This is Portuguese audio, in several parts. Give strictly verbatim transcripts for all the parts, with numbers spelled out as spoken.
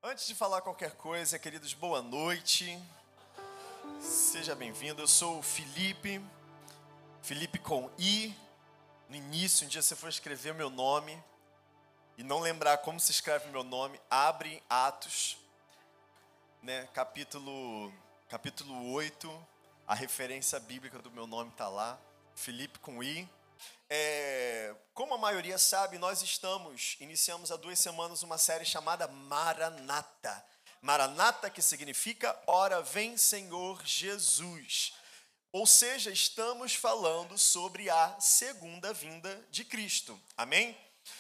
Antes de falar qualquer coisa, queridos, boa noite. Seja bem-vindo. Eu sou o Felipe, Felipe com I. No início, um dia você for escrever meu nome e não lembrar como se escreve meu nome, abre Atos, né, capítulo, capítulo oito, a referência bíblica do meu nome está lá, Felipe com I. É, como a maioria sabe, nós estamos, iniciamos há duas semanas uma série chamada Maranata. Maranata, que significa Ora vem Senhor Jesus. Ou seja, estamos falando sobre a segunda vinda de Cristo. Amém?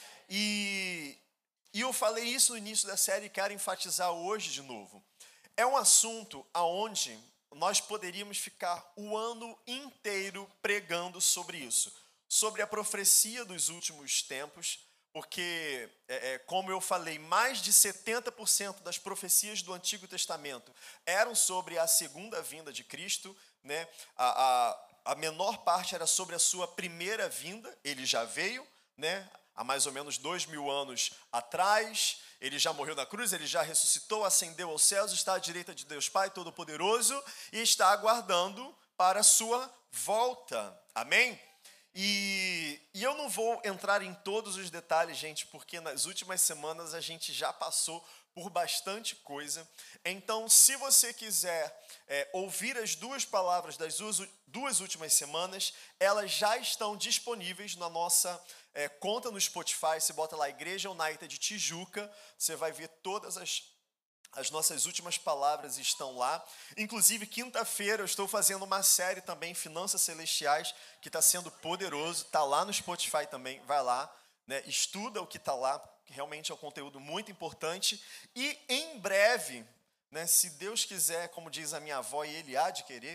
E, e eu falei isso no início da série e quero enfatizar hoje de novo. É um assunto aonde nós poderíamos ficar o ano inteiro pregando sobre isso. Sobre a profecia dos últimos tempos, porque, é, é, como eu falei, mais de setenta por cento das profecias do Antigo Testamento eram sobre a segunda vinda de Cristo, né? A, a, a menor parte era sobre a sua primeira vinda, ele já veio, né? Há mais ou menos dois mil anos atrás, ele já morreu na cruz, ele já ressuscitou, ascendeu aos céus, está à direita de Deus Pai Todo-Poderoso e está aguardando para a sua volta. Amém? E, e eu não vou entrar em todos os detalhes, gente, porque nas últimas semanas a gente já passou por bastante coisa. Então, se você quiser é, ouvir as duas palavras das duas, duas últimas semanas, elas já estão disponíveis na nossa é, conta no Spotify. Você bota lá Igreja United Tijuca, você vai ver todas as As nossas últimas palavras estão lá. Inclusive, quinta-feira eu estou fazendo uma série também, Finanças Celestiais, que está sendo poderoso. Está lá no Spotify também, vai lá, né? Estuda o que está lá, que realmente é um conteúdo muito importante. E em breve, né, se Deus quiser, como diz a minha avó, e Ele há de querer,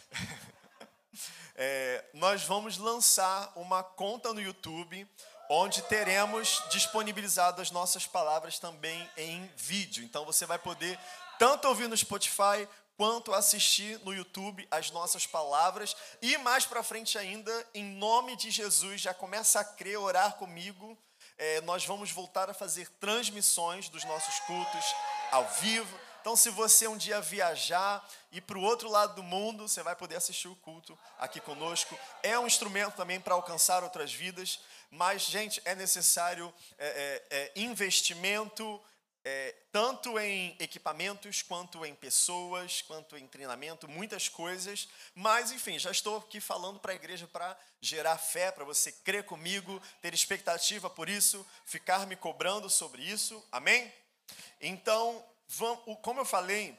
é, nós vamos lançar uma conta no YouTube, onde teremos disponibilizado as nossas palavras também em vídeo. Então você vai poder tanto ouvir no Spotify quanto assistir no YouTube as nossas palavras. E mais para frente ainda, em nome de Jesus, já começa a crer, orar comigo. É, nós vamos voltar a fazer transmissões dos nossos cultos ao vivo. Então, se você um dia viajar e ir para o outro lado do mundo, você vai poder assistir o culto aqui conosco. É um instrumento também para alcançar outras vidas. Mas, gente, é necessário é, é, é, investimento, é, tanto em equipamentos, quanto em pessoas, quanto em treinamento, muitas coisas. Mas, enfim, já estou aqui falando para a igreja para gerar fé, para você crer comigo, ter expectativa por isso, ficar me cobrando sobre isso. Amém? Então, vamos, como eu falei,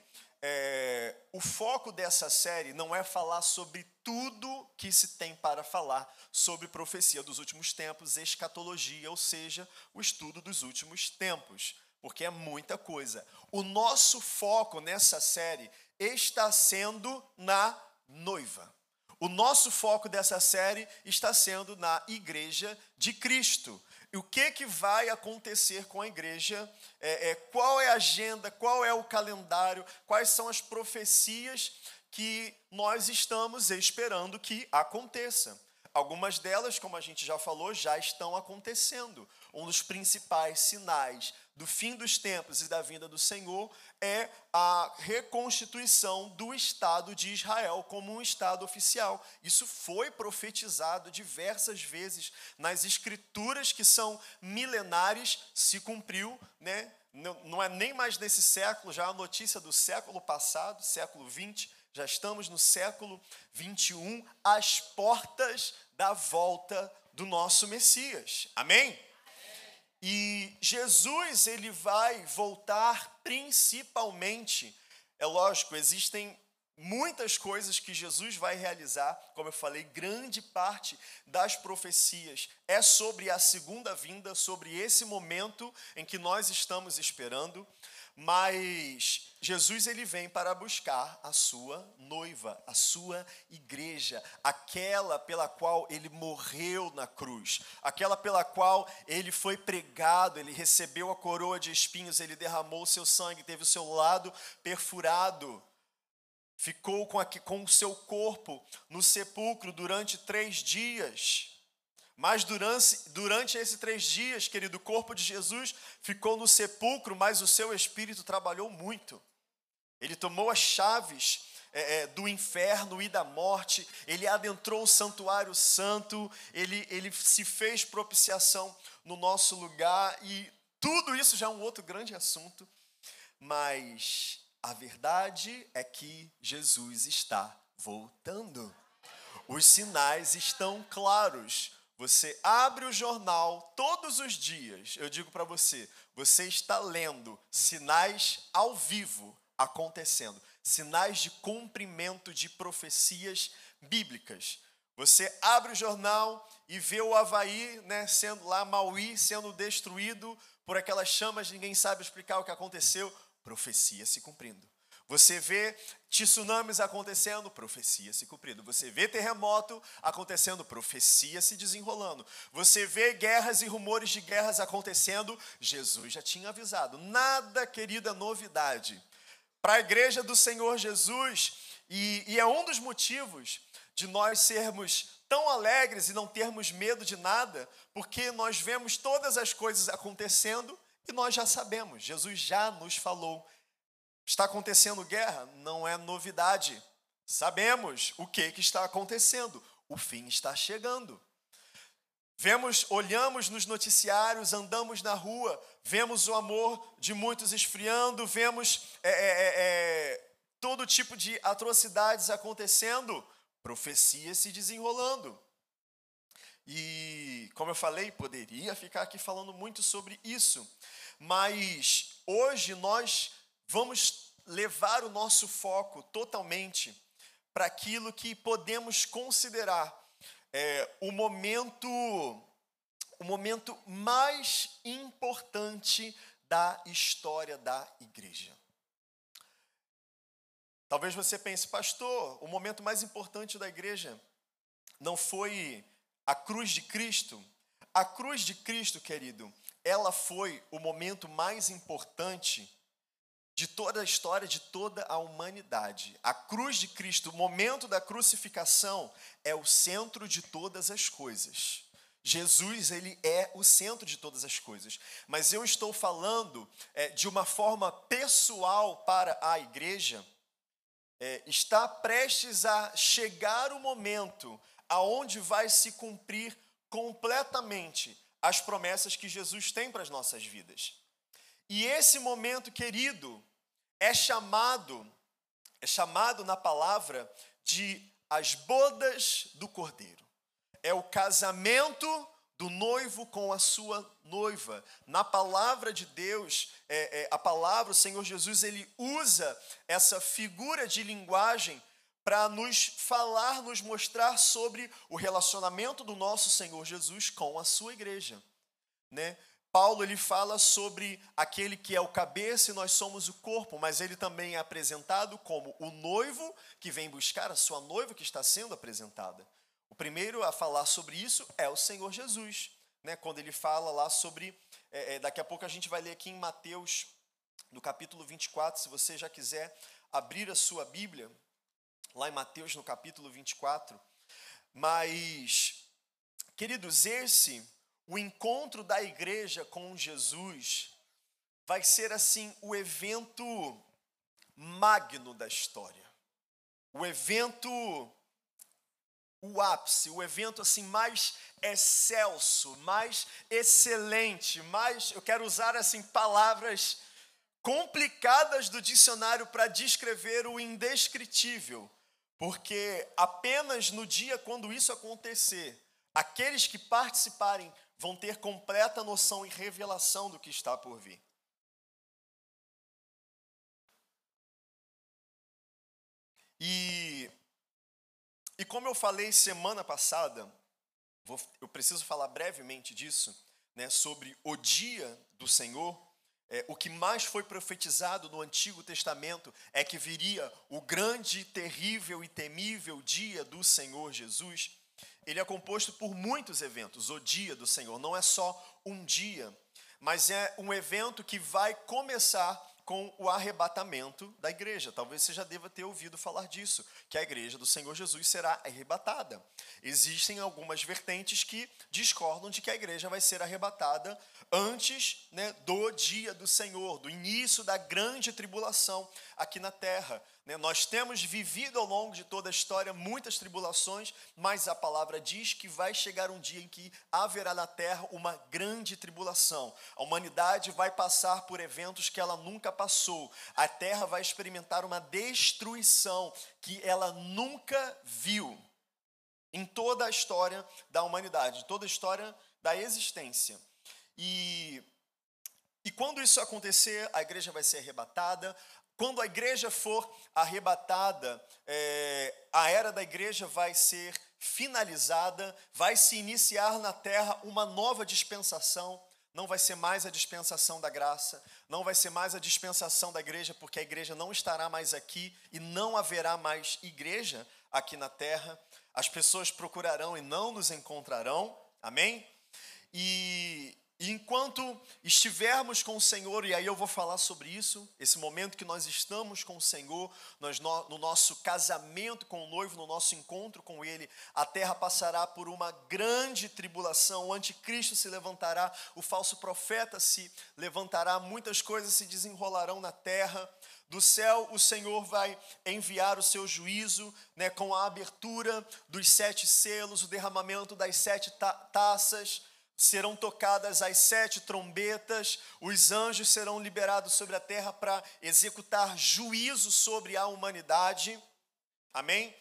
é, o foco dessa série não é falar sobre tudo que se tem para falar sobre profecia dos últimos tempos, escatologia, ou seja, o estudo dos últimos tempos, porque é muita coisa. O nosso foco nessa série está sendo na noiva. O nosso foco dessa série está sendo na Igreja de Cristo. E o que, que vai acontecer com a igreja, é, é, qual é a agenda, qual é o calendário, quais são as profecias que nós estamos esperando que aconteça. Algumas delas, como a gente já falou, já estão acontecendo. Um dos principais sinais do fim dos tempos e da vinda do Senhor é a reconstituição do Estado de Israel como um Estado oficial. Isso foi profetizado diversas vezes nas Escrituras, que são milenares, se cumpriu, né? Não, não é nem mais nesse século, já é a notícia do século passado, século vinte, já estamos no século vinte e um, às portas da volta do nosso Messias. Amém? E Jesus, ele vai voltar principalmente, é lógico, existem muitas coisas que Jesus vai realizar, como eu falei, grande parte das profecias é sobre a segunda vinda, sobre esse momento em que nós estamos esperando, mas Jesus, ele vem para buscar a sua noiva, a sua igreja, aquela pela qual ele morreu na cruz, aquela pela qual ele foi pregado, ele recebeu a coroa de espinhos, ele derramou o seu sangue, teve o seu lado perfurado, ficou com, aqui, com o seu corpo no sepulcro durante três dias, Mas durante, durante esses três dias, querido, o corpo de Jesus ficou no sepulcro, mas o seu espírito trabalhou muito. Ele tomou as chaves é, do inferno e da morte, ele adentrou o santuário santo, ele, ele se fez propiciação no nosso lugar, e tudo isso já é um outro grande assunto, mas a verdade é que Jesus está voltando. Os sinais estão claros. Você abre o jornal todos os dias, eu digo para você, você está lendo sinais ao vivo acontecendo, sinais de cumprimento de profecias bíblicas. Você abre o jornal e vê o Havaí, né, sendo lá, Maui, sendo destruído por aquelas chamas, ninguém sabe explicar o que aconteceu, profecia se cumprindo. Você vê tsunamis acontecendo, profecia se cumprindo. Você vê terremoto acontecendo, profecia se desenrolando. Você vê guerras e rumores de guerras acontecendo, Jesus já tinha avisado. Nada, querida, novidade. Para a igreja do Senhor Jesus, e, e é um dos motivos de nós sermos tão alegres e não termos medo de nada, porque nós vemos todas as coisas acontecendo e nós já sabemos, Jesus já nos falou. Está acontecendo guerra? Não é novidade. Sabemos o que, que está acontecendo. O fim está chegando. Vemos, olhamos nos noticiários, andamos na rua, vemos o amor de muitos esfriando, vemos é, é, é, todo tipo de atrocidades acontecendo, profecias se desenrolando. E, como eu falei, poderia ficar aqui falando muito sobre isso, mas hoje nós vamos levar o nosso foco totalmente para aquilo que podemos considerar é, o momento, o momento mais importante da história da igreja. Talvez você pense, pastor, o momento mais importante da igreja não foi a cruz de Cristo? A cruz de Cristo, querido, ela foi o momento mais importante de toda a história, de toda a humanidade. A cruz de Cristo, o momento da crucificação, é o centro de todas as coisas. Jesus, ele é o centro de todas as coisas. Mas eu estou falando é, de uma forma pessoal para a igreja. É, está prestes a chegar o momento aonde vai se cumprir completamente as promessas que Jesus tem para as nossas vidas. E esse momento, querido, é chamado, é chamado na palavra de as bodas do Cordeiro. É o casamento do noivo com a sua noiva. Na palavra de Deus, é, é, a palavra, o Senhor Jesus, ele usa essa figura de linguagem para nos falar, nos mostrar sobre o relacionamento do nosso Senhor Jesus com a sua igreja, né? Paulo, ele fala sobre aquele que é o cabeça e nós somos o corpo, mas ele também é apresentado como o noivo que vem buscar a sua noiva que está sendo apresentada. O primeiro a falar sobre isso é o Senhor Jesus, né? Quando ele fala lá sobre, é, é, daqui a pouco a gente vai ler aqui em Mateus, no capítulo vinte e quatro, se você já quiser abrir a sua Bíblia, lá em Mateus, no capítulo vinte e quatro. Mas, queridos, esse... o encontro da igreja com Jesus vai ser, assim, o evento magno da história. O evento, o ápice, o evento, assim, mais excelso, mais excelente, mais, eu quero usar, assim, palavras complicadas do dicionário para descrever o indescritível, porque apenas no dia quando isso acontecer, aqueles que participarem vão ter completa noção e revelação do que está por vir. E, e como eu falei semana passada, vou, eu preciso falar brevemente disso, né, sobre o dia do Senhor. É, o que mais foi profetizado no Antigo Testamento é que viria o grande, terrível e temível dia do Senhor Jesus. Ele é composto por muitos eventos. O dia do Senhor não é só um dia, mas é um evento que vai começar com o arrebatamento da igreja. Talvez você já deva ter ouvido falar disso, que a igreja do Senhor Jesus será arrebatada. Existem algumas vertentes que discordam de que a igreja vai ser arrebatada antes, né, do dia do Senhor, do início da grande tribulação aqui na terra. Né? Nós temos vivido ao longo de toda a história muitas tribulações, mas a palavra diz que vai chegar um dia em que haverá na terra uma grande tribulação. A humanidade vai passar por eventos que ela nunca passou. A terra vai experimentar uma destruição que ela nunca viu em toda a história da humanidade, em toda a história da existência. E, e quando isso acontecer, a igreja vai ser arrebatada. Quando a igreja for arrebatada, é, a era da igreja vai ser finalizada, vai se iniciar na terra uma nova dispensação. Não vai ser mais a dispensação da graça, não vai ser mais a dispensação da igreja, porque a igreja não estará mais aqui e não haverá mais igreja aqui na terra. As pessoas procurarão e não nos encontrarão, amém? E... E enquanto estivermos com o Senhor, e aí eu vou falar sobre isso, esse momento que nós estamos com o Senhor, nós, no, no nosso casamento com o noivo, no nosso encontro com Ele, a terra passará por uma grande tribulação, o anticristo se levantará, o falso profeta se levantará, muitas coisas se desenrolarão na terra. Do céu o Senhor vai enviar o seu juízo, né, com a abertura dos sete selos, o derramamento das sete ta- taças, serão tocadas as sete trombetas, os anjos serão liberados sobre a terra para executar juízo sobre a humanidade, amém?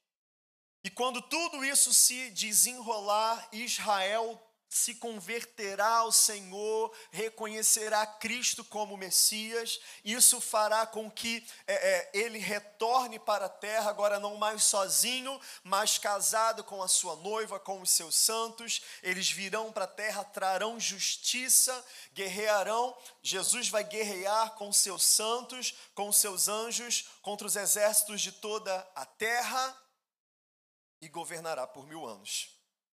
E quando tudo isso se desenrolar, Israel se converterá ao Senhor, reconhecerá Cristo como Messias. Isso fará com que é, é, ele retorne para a terra, agora não mais sozinho, mas casado com a sua noiva, com os seus santos. Eles virão para a terra, trarão justiça, guerrearão. Jesus vai guerrear com seus santos, com seus anjos, contra os exércitos de toda a terra e governará por mil anos.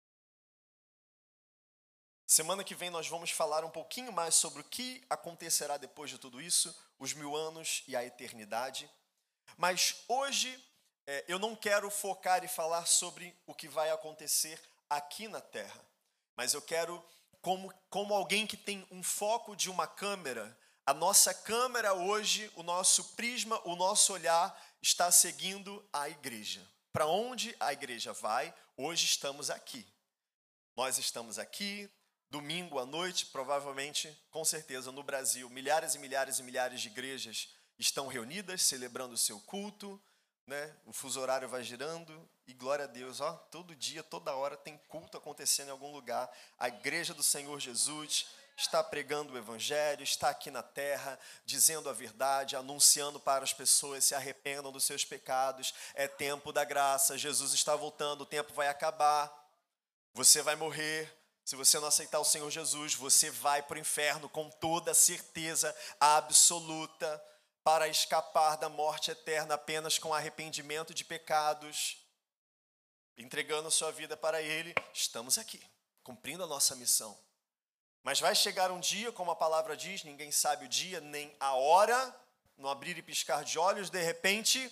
Semana que vem nós vamos falar um pouquinho mais sobre o que acontecerá depois de tudo isso, os mil anos e a eternidade. Mas hoje é, eu não quero focar e falar sobre o que vai acontecer aqui na Terra. Mas eu quero, como, como alguém que tem um foco de uma câmera, a nossa câmera hoje, o nosso prisma, o nosso olhar está seguindo a igreja. Para onde a igreja vai, hoje estamos aqui. Nós estamos aqui. Domingo à noite, provavelmente, com certeza, no Brasil, milhares e milhares e milhares de igrejas estão reunidas, celebrando o seu culto, né? O fuso horário vai girando e, glória a Deus, ó, todo dia, toda hora tem culto acontecendo em algum lugar. A igreja do Senhor Jesus está pregando o evangelho, está aqui na terra, dizendo a verdade, anunciando para as pessoas se arrependam dos seus pecados. É tempo da graça, Jesus está voltando, o tempo vai acabar, você vai morrer. Se você não aceitar o Senhor Jesus, você vai para o inferno com toda certeza absoluta, para escapar da morte eterna apenas com arrependimento de pecados, entregando a sua vida para Ele. Estamos aqui, cumprindo a nossa missão. Mas vai chegar um dia, como a palavra diz, ninguém sabe o dia nem a hora, no abrir e piscar de olhos, de repente,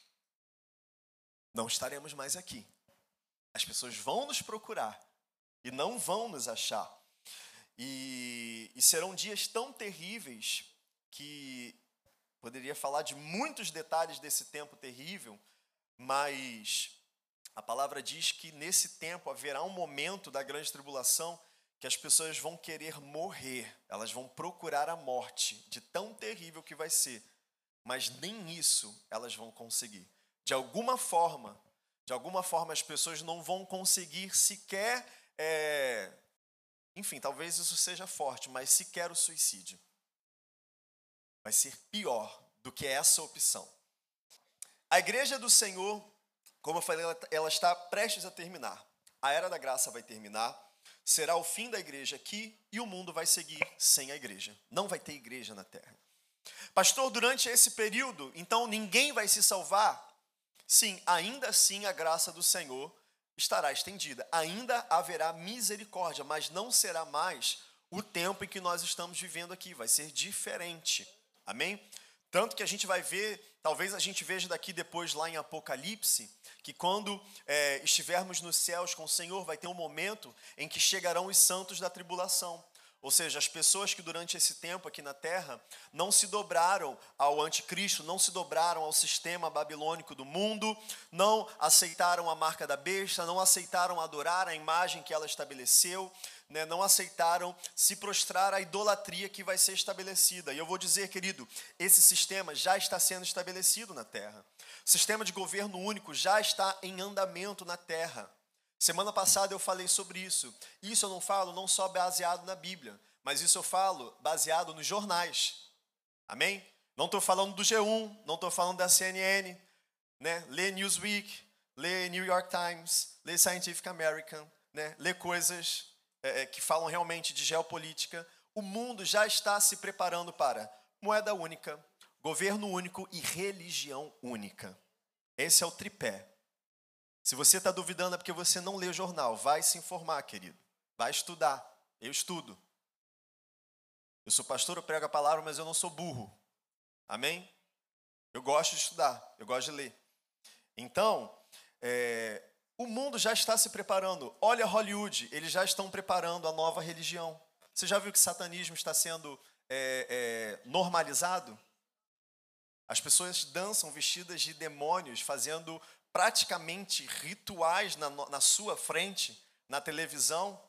não estaremos mais aqui. As pessoas vão nos procurar e não vão nos achar. E, e serão dias tão terríveis que poderia falar de muitos detalhes desse tempo terrível, mas a palavra diz que nesse tempo haverá um momento da grande tribulação que as pessoas vão querer morrer, elas vão procurar a morte, de tão terrível que vai ser, mas nem isso elas vão conseguir. De alguma forma, de alguma forma as pessoas não vão conseguir sequer É, enfim, talvez isso seja forte, mas sequer o suicídio vai ser pior do que essa opção. A igreja do Senhor, como eu falei, ela, ela está prestes a terminar. A era da graça vai terminar, será o fim da igreja aqui e o mundo vai seguir sem a igreja. Não vai ter igreja na terra. Pastor, durante esse período, então ninguém vai se salvar? Sim, ainda assim a graça do Senhor estará estendida. Ainda haverá misericórdia, mas não será mais o tempo em que nós estamos vivendo aqui. Vai ser diferente. Amém? Tanto que a gente vai ver, talvez a gente veja daqui depois lá em Apocalipse, que quando é, estivermos nos céus com o Senhor, vai ter um momento em que chegarão os santos da tribulação. Ou seja, as pessoas que durante esse tempo aqui na terra não se dobraram ao anticristo, não se dobraram ao sistema babilônico do mundo, não aceitaram a marca da besta, não aceitaram adorar a imagem que ela estabeleceu, né, não aceitaram se prostrar à idolatria que vai ser estabelecida. E eu vou dizer, querido, esse sistema já está sendo estabelecido na terra. O sistema de governo único já está em andamento na terra. Semana passada eu falei sobre isso. Isso eu não falo não só baseado na Bíblia, mas isso eu falo baseado nos jornais. Amém? Não estou falando do G um, não estou falando da C N N, né? Lê Newsweek, lê New York Times, lê Scientific American, né? Lê coisas é, que falam realmente de geopolítica. O mundo já está se preparando para moeda única, governo único e religião única. Esse é o tripé. Se você está duvidando é porque você não lê o jornal. Vai se informar, querido. Vai estudar. Eu estudo. Eu sou pastor, eu prego a palavra, mas eu não sou burro. Amém? Eu gosto de estudar, eu gosto de ler. Então, é, o mundo já está se preparando. Olha Hollywood, eles já estão preparando a nova religião. Você já viu que o satanismo está sendo é, é, normalizado? As pessoas dançam vestidas de demônios, fazendo praticamente rituais na, na sua frente, na televisão,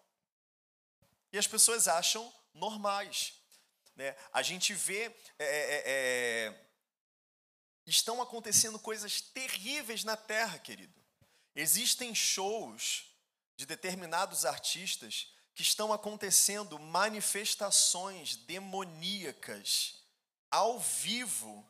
e as pessoas acham normais. Né? A gente vê, é, é, é, estão acontecendo coisas terríveis na Terra, querido. Existem shows de determinados artistas que estão acontecendo manifestações demoníacas ao vivo.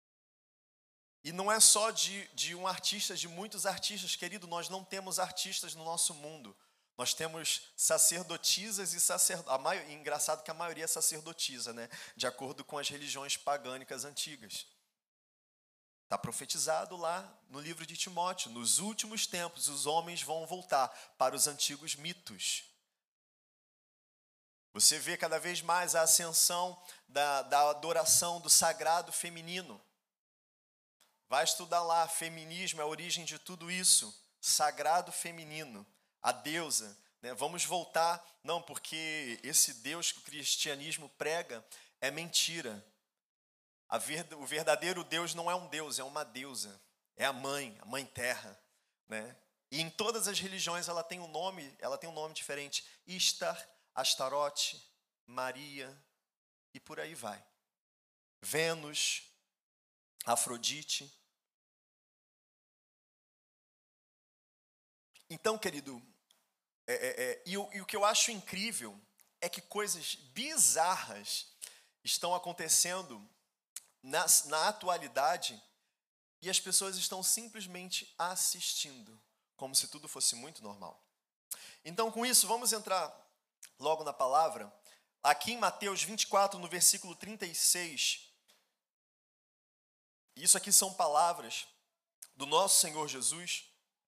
E não é só de, de um artista, de muitos artistas, querido, nós não temos artistas no nosso mundo. Nós temos sacerdotisas e sacerdotes. Engraçado que a maioria é sacerdotisa, né? De acordo com as religiões pagânicas antigas. Está profetizado lá no livro de Timóteo. Nos últimos tempos, os homens vão voltar para os antigos mitos. Você vê cada vez mais a ascensão da, da adoração do sagrado feminino. Vai estudar lá, feminismo é a origem de tudo isso. Sagrado feminino, a deusa. Né? Vamos voltar, não, porque esse Deus que o cristianismo prega é mentira. A ver, o verdadeiro Deus não é um Deus, é uma deusa. É a mãe, a mãe terra. Né? E em todas as religiões ela tem um nome, ela tem um nome diferente. Ishtar, Astarote, Maria e por aí vai. Vênus, Afrodite. Então, querido, é, é, é, e, o, e o que eu acho incrível é que coisas bizarras estão acontecendo na, na atualidade e as pessoas estão simplesmente assistindo, como se tudo fosse muito normal. Então, com isso, vamos entrar logo na palavra. Aqui em Mateus vinte e quatro, no versículo trinta e seis, isso aqui são palavras do nosso Senhor Jesus.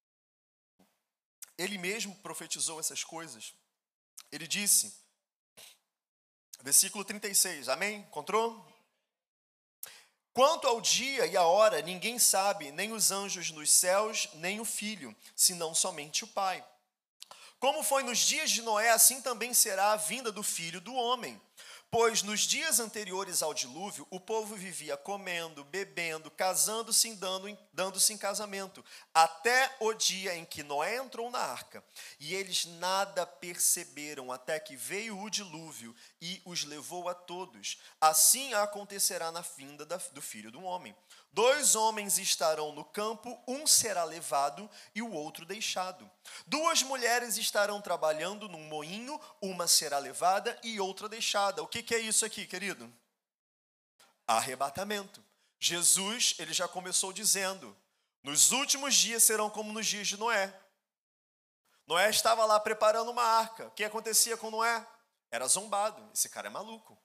Ele mesmo profetizou essas coisas. Ele disse, versículo trinta e seis, amém? Encontrou? Quanto ao dia e a hora, ninguém sabe, nem os anjos nos céus, nem o Filho, senão somente o Pai. Como foi nos dias de Noé, assim também será a vinda do Filho do Homem. Pois nos dias anteriores ao dilúvio, o povo vivia comendo, bebendo, casando-se e dando, dando-se em casamento, até o dia em que Noé entrou na arca. E eles nada perceberam, até que veio o dilúvio e os levou a todos. Assim acontecerá na vinda do Filho do Homem. Dois homens estarão no campo, um será levado e o outro deixado. Duas mulheres estarão trabalhando num moinho, uma será levada e outra deixada. O que, que é isso aqui, querido? Arrebatamento. Jesus, ele já começou dizendo, nos últimos dias serão como nos dias de Noé. Noé estava lá preparando uma arca. O que acontecia com Noé? Era zombado. Esse cara é maluco.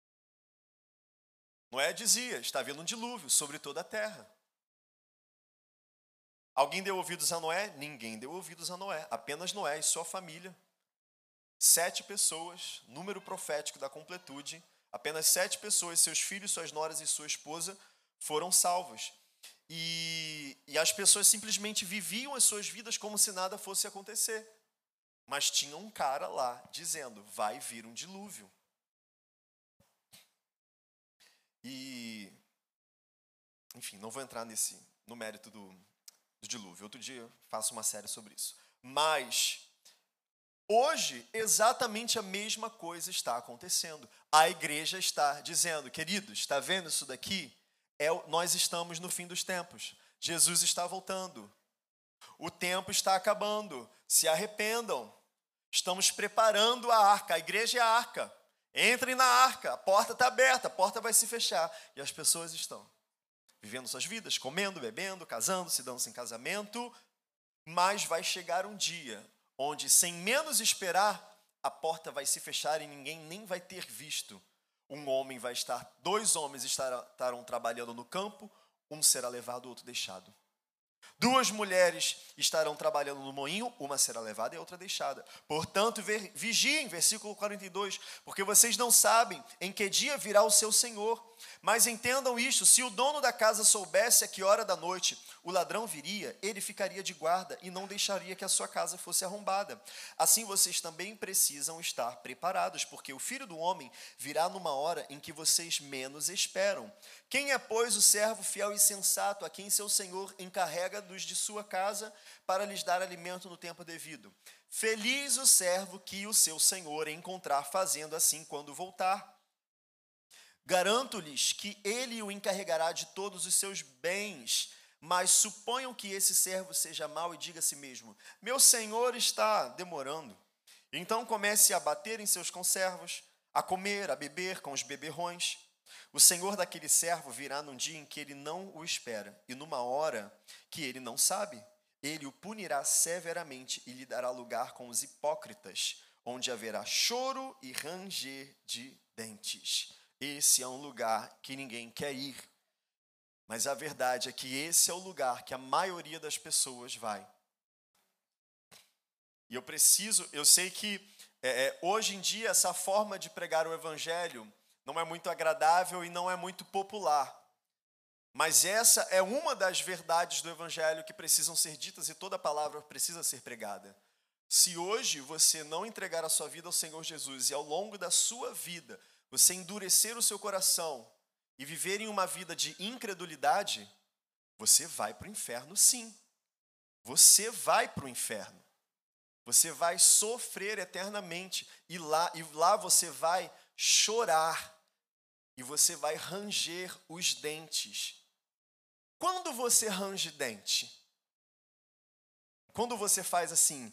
Noé dizia, está vindo um dilúvio sobre toda a terra. Alguém deu ouvidos a Noé? Ninguém deu ouvidos a Noé, apenas Noé e sua família. Sete pessoas, número profético da completude, Apenas sete pessoas, seus filhos, suas noras e sua esposa, foram salvos. E, e as pessoas simplesmente viviam as suas vidas como se nada fosse acontecer. Mas tinha um cara lá dizendo, vai vir um dilúvio. E, enfim, não vou entrar nesse, no mérito do, do dilúvio. Outro dia eu faço uma série sobre isso. Mas, hoje, exatamente a mesma coisa está acontecendo. A igreja está dizendo, queridos, está vendo isso daqui? É, nós estamos no fim dos tempos. Jesus está voltando. O tempo está acabando. Se arrependam. Estamos preparando a arca. A igreja é a arca. Entrem na arca. A porta está aberta. A porta vai se fechar. E as pessoas estão vivendo suas vidas, comendo, bebendo, casando, se dando em casamento. Mas vai chegar um dia onde, sem menos esperar, a porta vai se fechar e ninguém nem vai ter visto. Um homem vai estar, dois homens estarão, estarão trabalhando no campo, um será levado, o outro deixado. Duas mulheres estarão trabalhando no moinho, uma será levada e a outra deixada. Portanto, vigiem, versículo quarenta e dois, porque vocês não sabem em que dia virá o seu Senhor. Mas entendam isto, se o dono da casa soubesse a que hora da noite o ladrão viria, ele ficaria de guarda e não deixaria que a sua casa fosse arrombada. Assim vocês também precisam estar preparados, porque o Filho do Homem virá numa hora em que vocês menos esperam. Quem é, pois, o servo fiel e sensato, a quem seu senhor encarrega dos de sua casa para lhes dar alimento no tempo devido? Feliz o servo que o seu senhor encontrar fazendo assim quando voltar. Garanto-lhes que ele o encarregará de todos os seus bens. Mas suponham que esse servo seja mau e diga a si mesmo, meu senhor está demorando. Então comece a bater em seus conservos, a comer, a beber com os beberrões. O senhor daquele servo virá num dia em que ele não o espera, e numa hora que ele não sabe. Ele o punirá severamente e lhe dará lugar com os hipócritas, onde haverá choro e ranger de dentes. Esse é um lugar que ninguém quer ir. Mas a verdade é que esse é o lugar que a maioria das pessoas vai. E eu preciso, eu sei que é, hoje em dia essa forma de pregar o evangelho não é muito agradável e não é muito popular. Mas essa é uma das verdades do evangelho que precisam ser ditas e toda palavra precisa ser pregada. Se hoje você não entregar a sua vida ao Senhor Jesus e ao longo da sua vida você endurecer o seu coração e viver em uma vida de incredulidade, você vai para o inferno sim. Você vai para o inferno. Você vai sofrer eternamente e lá, e lá você vai chorar e você vai ranger os dentes. Quando você range dente? Quando você faz assim,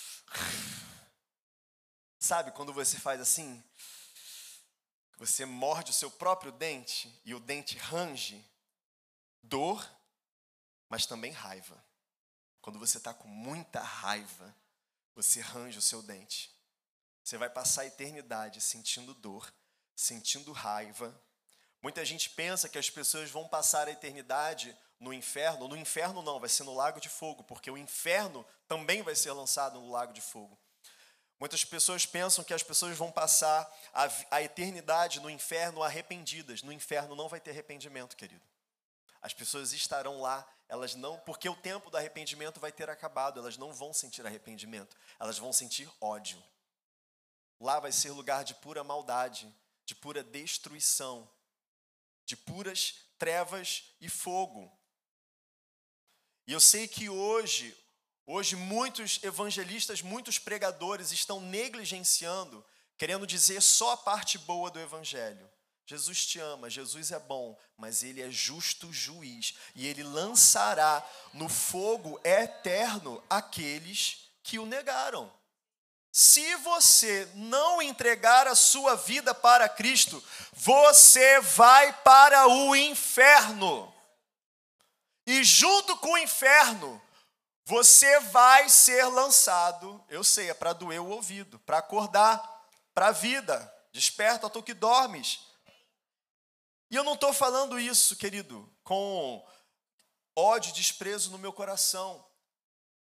sabe, quando você faz assim, você morde o seu próprio dente e o dente range, dor, mas também raiva. Quando você está com muita raiva, você range o seu dente. Você vai passar a eternidade sentindo dor, sentindo raiva. Muita gente pensa que as pessoas vão passar a eternidade no inferno. No inferno não, vai ser no lago de fogo, porque o inferno também vai ser lançado no lago de fogo. Muitas pessoas pensam que as pessoas vão passar a, a eternidade no inferno arrependidas. No inferno não vai ter arrependimento, querido. As pessoas estarão lá, elas não, porque o tempo do arrependimento vai ter acabado, elas não vão sentir arrependimento, elas vão sentir ódio. Lá vai ser lugar de pura maldade, de pura destruição, de puras trevas e fogo. E eu sei que hoje... Hoje, muitos evangelistas, muitos pregadores estão negligenciando, querendo dizer só a parte boa do evangelho. Jesus te ama, Jesus é bom, mas ele é justo juiz. E ele lançará no fogo eterno aqueles que o negaram. Se você não entregar a sua vida para Cristo, você vai para o inferno. E junto com o inferno, você vai ser lançado, eu sei, é para doer o ouvido, para acordar, para a vida. Desperta, tu que dormes. E eu não estou falando isso, querido, com ódio e desprezo no meu coração.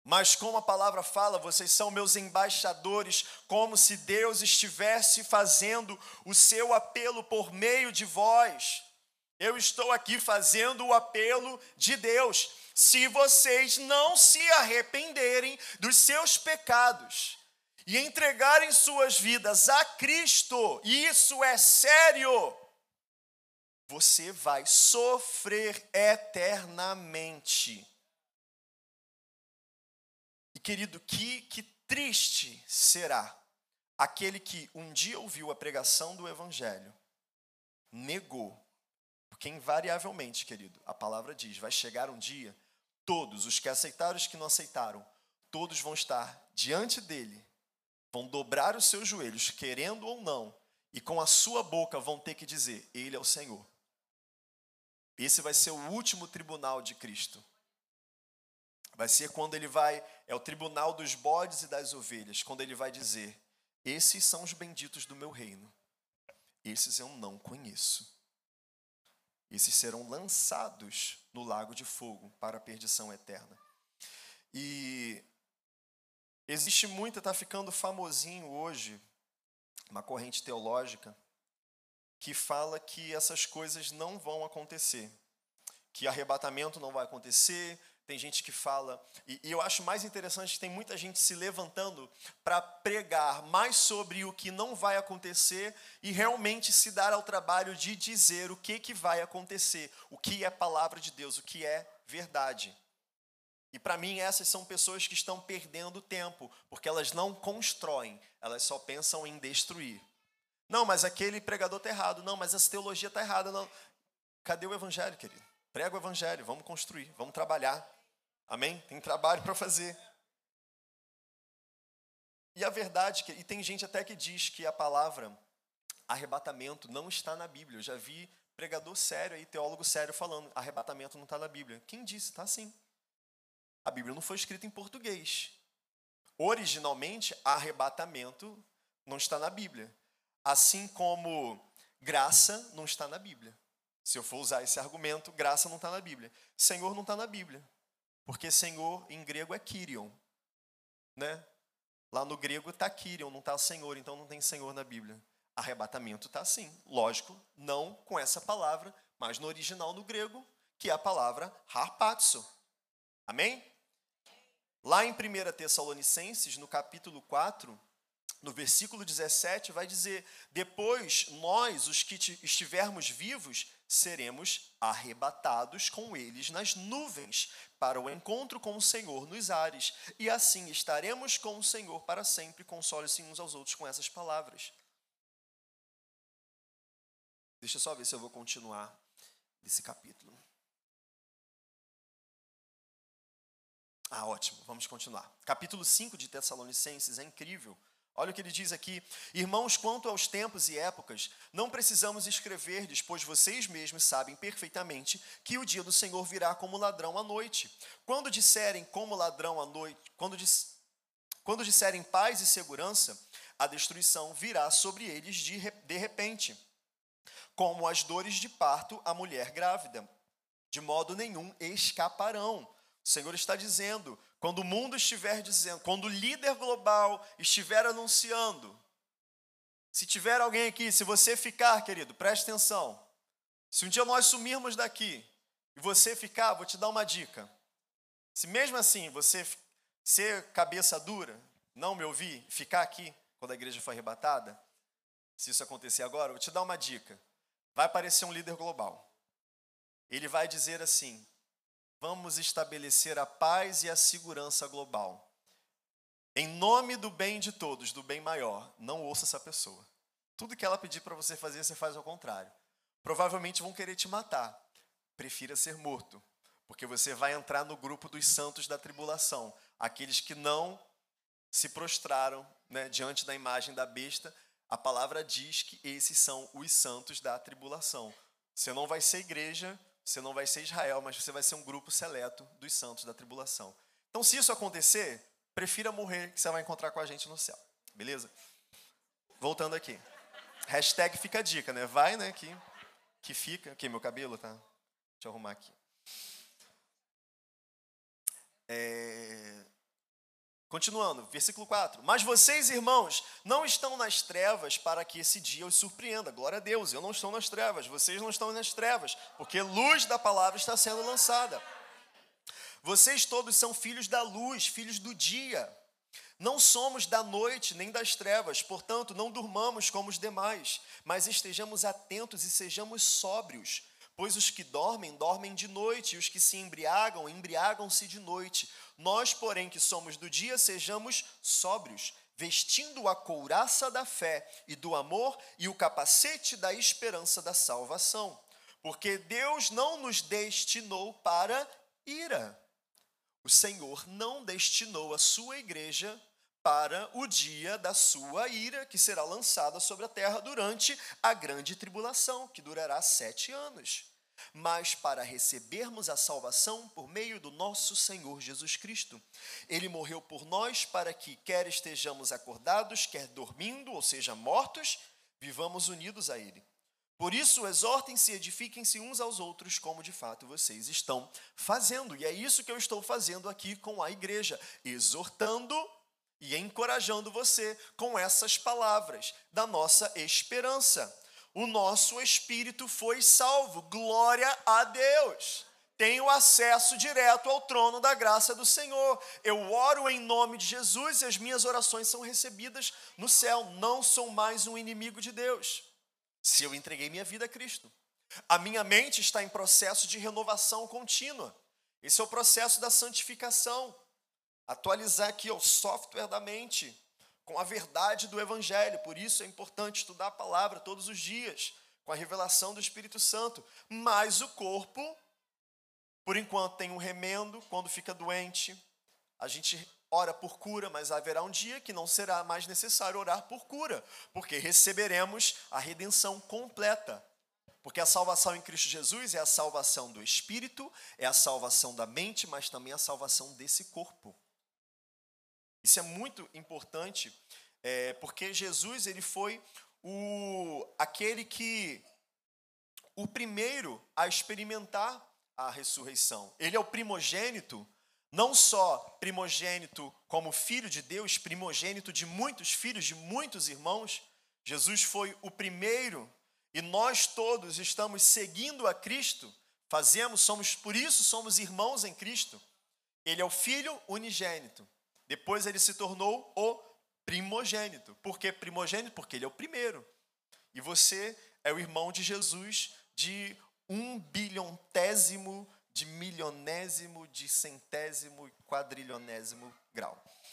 Mas como a palavra fala, vocês são meus embaixadores, como se Deus estivesse fazendo o seu apelo por meio de vós. Eu estou aqui fazendo o apelo de Deus. Se vocês não se arrependerem dos seus pecados e entregarem suas vidas a Cristo, e isso é sério, você vai sofrer eternamente. E querido, que, que triste será aquele que um dia ouviu a pregação do Evangelho, negou, porque invariavelmente, querido, a palavra diz, vai chegar um dia, todos, os que aceitaram e os que não aceitaram, todos vão estar diante dele, vão dobrar os seus joelhos, querendo ou não, e com a sua boca vão ter que dizer, ele é o Senhor. Esse vai ser o último tribunal de Cristo. Vai ser quando ele vai, é o tribunal dos bodes e das ovelhas, quando ele vai dizer, esses são os benditos do meu reino, esses eu não conheço. Esses serão lançados no lago de fogo para a perdição eterna. E existe muito, está ficando famosinho hoje, uma corrente teológica, que fala que essas coisas não vão acontecer, que arrebatamento não vai acontecer. Tem gente que fala, e, e eu acho mais interessante que tem muita gente se levantando para pregar mais sobre o que não vai acontecer e realmente se dar ao trabalho de dizer o que, que vai acontecer, o que é palavra de Deus, o que é verdade. E para mim essas são pessoas que estão perdendo tempo, porque elas não constroem, elas só pensam em destruir. Não, mas aquele pregador está errado, não, mas essa teologia está errada. Não. Cadê o evangelho, querido? Prega o evangelho, vamos construir, vamos trabalhar. Amém? Tem trabalho para fazer. E a verdade, e tem gente até que diz que a palavra arrebatamento não está na Bíblia. Eu já vi pregador sério aí, teólogo sério falando, arrebatamento não está na Bíblia. Quem disse? Está sim. A Bíblia não foi escrita em português. Originalmente, arrebatamento não está na Bíblia. Assim como graça não está na Bíblia. Se eu for usar esse argumento, graça não está na Bíblia. Senhor não está na Bíblia. Porque Senhor em grego é Kyrion, né? Lá no grego está Kyrion, não está Senhor, então não tem Senhor na Bíblia. Arrebatamento está sim, lógico, não com essa palavra, mas no original no grego, que é a palavra harpazo. Amém? Lá em primeira Tessalonicenses, no capítulo quatro, no versículo dezessete, vai dizer, depois nós, os que estivermos vivos, seremos arrebatados com eles nas nuvens, para o encontro com o Senhor nos ares, e assim estaremos com o Senhor para sempre. Console-se uns aos outros com essas palavras. Deixa eu só ver se eu vou continuar nesse capítulo. Ah, ótimo, vamos continuar. Capítulo cinco de Tessalonicenses é incrível. Olha o que ele diz aqui. Irmãos, quanto aos tempos e épocas, não precisamos escrever-lhes, pois vocês mesmos sabem perfeitamente que o dia do Senhor virá como ladrão à noite. Quando disserem como ladrão à noite, quando, dis, quando disserem paz e segurança, a destruição virá sobre eles de, de repente, como as dores de parto à mulher grávida. De modo nenhum escaparão. O Senhor está dizendo, quando o mundo estiver dizendo, quando o líder global estiver anunciando, se tiver alguém aqui, se você ficar, querido, preste atenção. Se um dia nós sumirmos daqui e você ficar, vou te dar uma dica. Se mesmo assim você ser cabeça dura, não me ouvir, ficar aqui quando a igreja for arrebatada, se isso acontecer agora, vou te dar uma dica. Vai aparecer um líder global. Ele vai dizer assim, vamos estabelecer a paz e a segurança global. Em nome do bem de todos, do bem maior, não ouça essa pessoa. Tudo que ela pedir para você fazer, você faz ao contrário. Provavelmente vão querer te matar. Prefira ser morto, porque você vai entrar no grupo dos santos da tribulação, aqueles que não se prostraram, né, diante da imagem da besta. A palavra diz que esses são os santos da tribulação. Você não vai ser igreja, você não vai ser Israel, mas você vai ser um grupo seleto dos santos da tribulação. Então, se isso acontecer, prefira morrer, que você vai encontrar com a gente no céu. Beleza? Voltando aqui. Hashtag fica a dica, né? Vai, né? Que, que fica. Aqui, meu cabelo, tá? Deixa eu arrumar aqui. É... Continuando, versículo quatro. Mas vocês, irmãos, não estão nas trevas para que esse dia os surpreenda. Glória a Deus, eu não estou nas trevas, vocês não estão nas trevas, porque luz da palavra está sendo lançada. Vocês todos são filhos da luz, filhos do dia. Não somos da noite nem das trevas, portanto, não durmamos como os demais, mas estejamos atentos e sejamos sóbrios. Pois os que dormem, dormem de noite, e os que se embriagam, embriagam-se de noite. Nós, porém, que somos do dia, sejamos sóbrios, vestindo a couraça da fé e do amor e o capacete da esperança da salvação. Porque Deus não nos destinou para ira. O Senhor não destinou a sua igreja para o dia da sua ira, que será lançada sobre a terra durante a grande tribulação, que durará sete anos. Mas para recebermos a salvação por meio do nosso Senhor Jesus Cristo. Ele morreu por nós para que, quer estejamos acordados, quer dormindo, ou seja, mortos, vivamos unidos a Ele. Por isso, exortem-se e edifiquem-se uns aos outros, como de fato vocês estão fazendo. E é isso que eu estou fazendo aqui com a igreja, exortando e encorajando você com essas palavras da nossa esperança. O nosso espírito foi salvo, glória a Deus. Tenho acesso direto ao trono da graça do Senhor. Eu oro em nome de Jesus e as minhas orações são recebidas no céu. Não sou mais um inimigo de Deus, se eu entreguei minha vida a Cristo. A minha mente está em processo de renovação contínua. Esse é o processo da santificação. Atualizar aqui o software da mente com a verdade do Evangelho. Por isso é importante estudar a palavra todos os dias, com a revelação do Espírito Santo. Mas o corpo, por enquanto, tem um remendo. Quando fica doente, a gente ora por cura, mas haverá um dia que não será mais necessário orar por cura, porque receberemos a redenção completa. Porque a salvação em Cristo Jesus é a salvação do espírito, é a salvação da mente, mas também a salvação desse corpo. Isso é muito importante, é, porque Jesus ele foi o, aquele que, o primeiro a experimentar a ressurreição. Ele é o primogênito, não só primogênito como filho de Deus, primogênito de muitos filhos, de muitos irmãos. Jesus foi o primeiro e nós todos estamos seguindo a Cristo, fazemos, somos, por isso somos irmãos em Cristo. Ele é o filho unigênito. Depois ele se tornou o primogênito. Por que primogênito? Porque ele é o primeiro. E você é o irmão de Jesus de um bilhontésimo, de milionésimo, de centésimo e quadrilionésimo grau.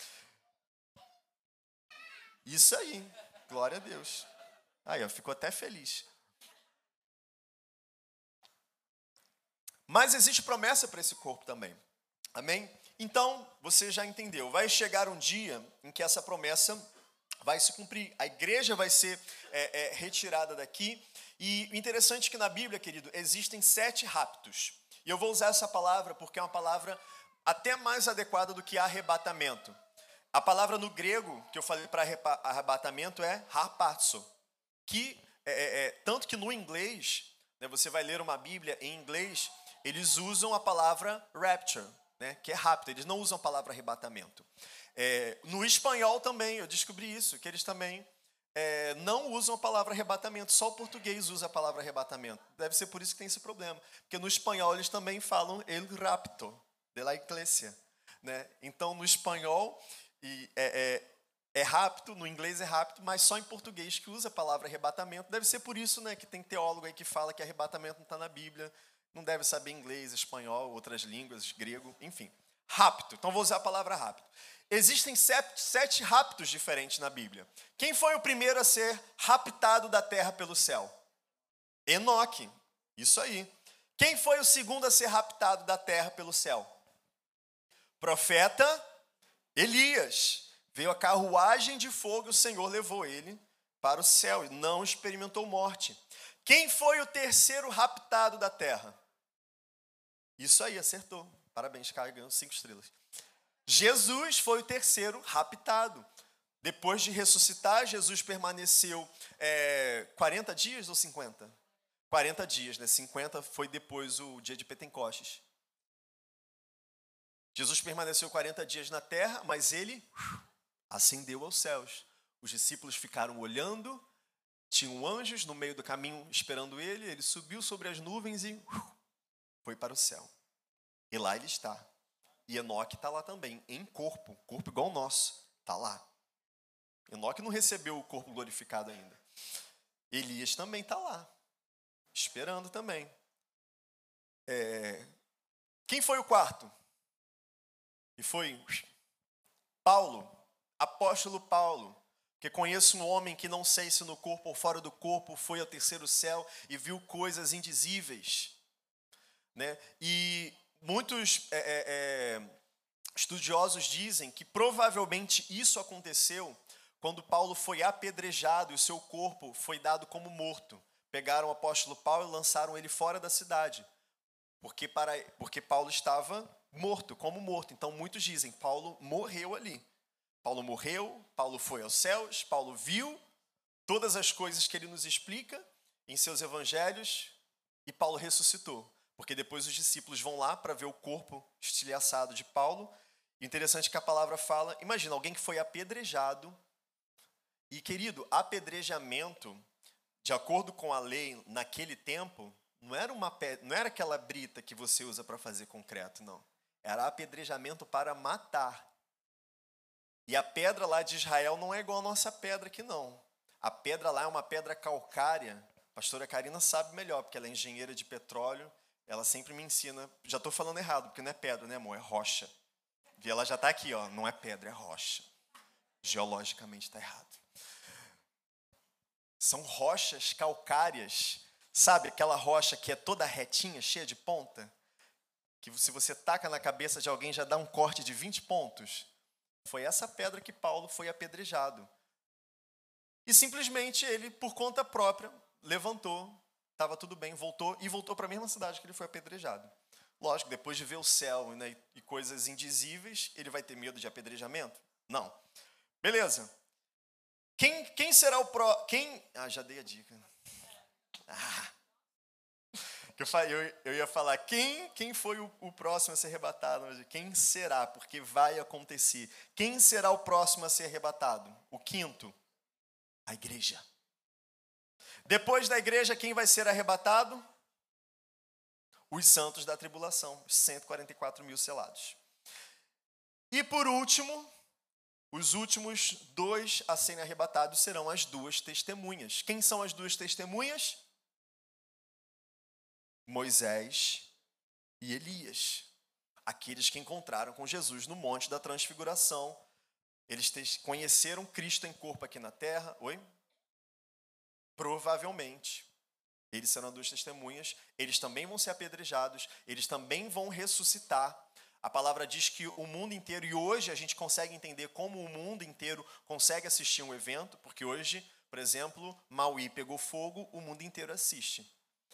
Isso aí. Glória a Deus. Aí, ó, ficou até feliz. Mas existe promessa para esse corpo também. Amém? Então, você já entendeu, vai chegar um dia em que essa promessa vai se cumprir. A igreja vai ser é, é, retirada daqui. E o interessante é que na Bíblia, querido, existem sete raptos. E eu vou usar essa palavra porque é uma palavra até mais adequada do que arrebatamento. A palavra no grego que eu falei para arrebatamento é harpazo. Que, é, é, tanto que no inglês, né, você vai ler uma Bíblia em inglês, eles usam a palavra rapture. Né, que é rápido, eles não usam a palavra arrebatamento. É, no espanhol também, eu descobri isso, que eles também é, não usam a palavra arrebatamento, só o português usa a palavra arrebatamento. Deve ser por isso que tem esse problema, porque no espanhol eles também falam el rapto de la iglesia. Né? Então, no espanhol e, é, é, é rápido, no inglês é rápido, mas só em português que usa a palavra arrebatamento. Deve ser por isso, né, que tem teólogo aí que fala que arrebatamento não está na Bíblia. Não deve saber inglês, espanhol, outras línguas, grego, enfim. Rapto. Então, vou usar a palavra rápido. Existem sete, sete raptos diferentes na Bíblia. Quem foi o primeiro a ser raptado da terra pelo céu? Enoque. Isso aí. Quem foi o segundo a ser raptado da terra pelo céu? Profeta Elias. Veio a carruagem de fogo e o Senhor levou ele para o céu e não experimentou morte. Quem foi o terceiro raptado da terra? Isso aí, acertou. Parabéns, Caio, ganhou cinco estrelas. Jesus foi o terceiro raptado. Depois de ressuscitar, Jesus permaneceu é, quarenta dias ou cinquenta? quarenta dias, né? cinquenta foi depois o dia de Pentecostes. Jesus permaneceu quarenta dias na terra, mas ele ascendeu aos céus. Os discípulos ficaram olhando, tinham anjos no meio do caminho esperando ele, ele subiu sobre as nuvens e foi para o céu. E lá ele está. E Enoque está lá também, em corpo, corpo igual ao nosso, está lá. Enoque não recebeu o corpo glorificado ainda. Elias também está lá, esperando também. É... Quem foi o quarto? E foi Paulo, apóstolo Paulo, que conheço um homem que não sei se no corpo ou fora do corpo foi ao terceiro céu e viu coisas indizíveis. Né? E muitos é, é, estudiosos dizem que provavelmente isso aconteceu quando Paulo foi apedrejado e o seu corpo foi dado como morto. Pegaram o apóstolo Paulo e lançaram ele fora da cidade, porque, para, porque Paulo estava morto, como morto. Então muitos dizem, Paulo morreu ali. Paulo morreu, Paulo foi aos céus, Paulo viu todas as coisas que ele nos explica em seus evangelhos e Paulo ressuscitou. Porque depois os discípulos vão lá para ver o corpo estilhaçado de Paulo. E interessante que a palavra fala, imagina, alguém que foi apedrejado. E, querido, apedrejamento, de acordo com a lei, naquele tempo, não era, uma, não era aquela brita que você usa para fazer concreto, não. Era apedrejamento para matar. E a pedra lá de Israel não é igual a nossa pedra aqui, não. A pedra lá é uma pedra calcária. A pastora Karina sabe melhor, porque ela é engenheira de petróleo. Ela sempre me ensina, já estou falando errado, porque não é pedra, né, amor? É rocha. E ela já está aqui, ó, não é pedra, é rocha. Geologicamente está errado. São rochas calcárias, sabe? Aquela rocha que é toda retinha, cheia de ponta, que se você taca na cabeça de alguém já dá um corte de vinte pontos. Foi essa pedra que Paulo foi apedrejado. E simplesmente ele, por conta própria, levantou, estava tudo bem, voltou e voltou para a mesma cidade que ele foi apedrejado. Lógico, depois de ver o céu, né, e coisas indizíveis, ele vai ter medo de apedrejamento? Não. Beleza. Quem, quem será o pró... Quem... Ah, já dei a dica. Ah. Eu, eu, eu ia falar, quem, quem foi o, o próximo a ser arrebatado? Quem será? Porque vai acontecer. Quem será o próximo a ser arrebatado? O quinto? A igreja. Depois da igreja, quem vai ser arrebatado? Os santos da tribulação, os cento e quarenta e quatro mil selados. E por último, os últimos dois a serem arrebatados serão as duas testemunhas. Quem são as duas testemunhas? Moisés e Elias. Aqueles que encontraram com Jesus no Monte da Transfiguração. Eles conheceram Cristo em corpo aqui na terra. Oi? Provavelmente. Eles serão duas testemunhas. Eles também vão ser apedrejados. Eles também vão ressuscitar. A palavra diz que o mundo inteiro, e hoje a gente consegue entender como o mundo inteiro consegue assistir um evento, porque hoje, por exemplo, Maui pegou fogo, o mundo inteiro assiste.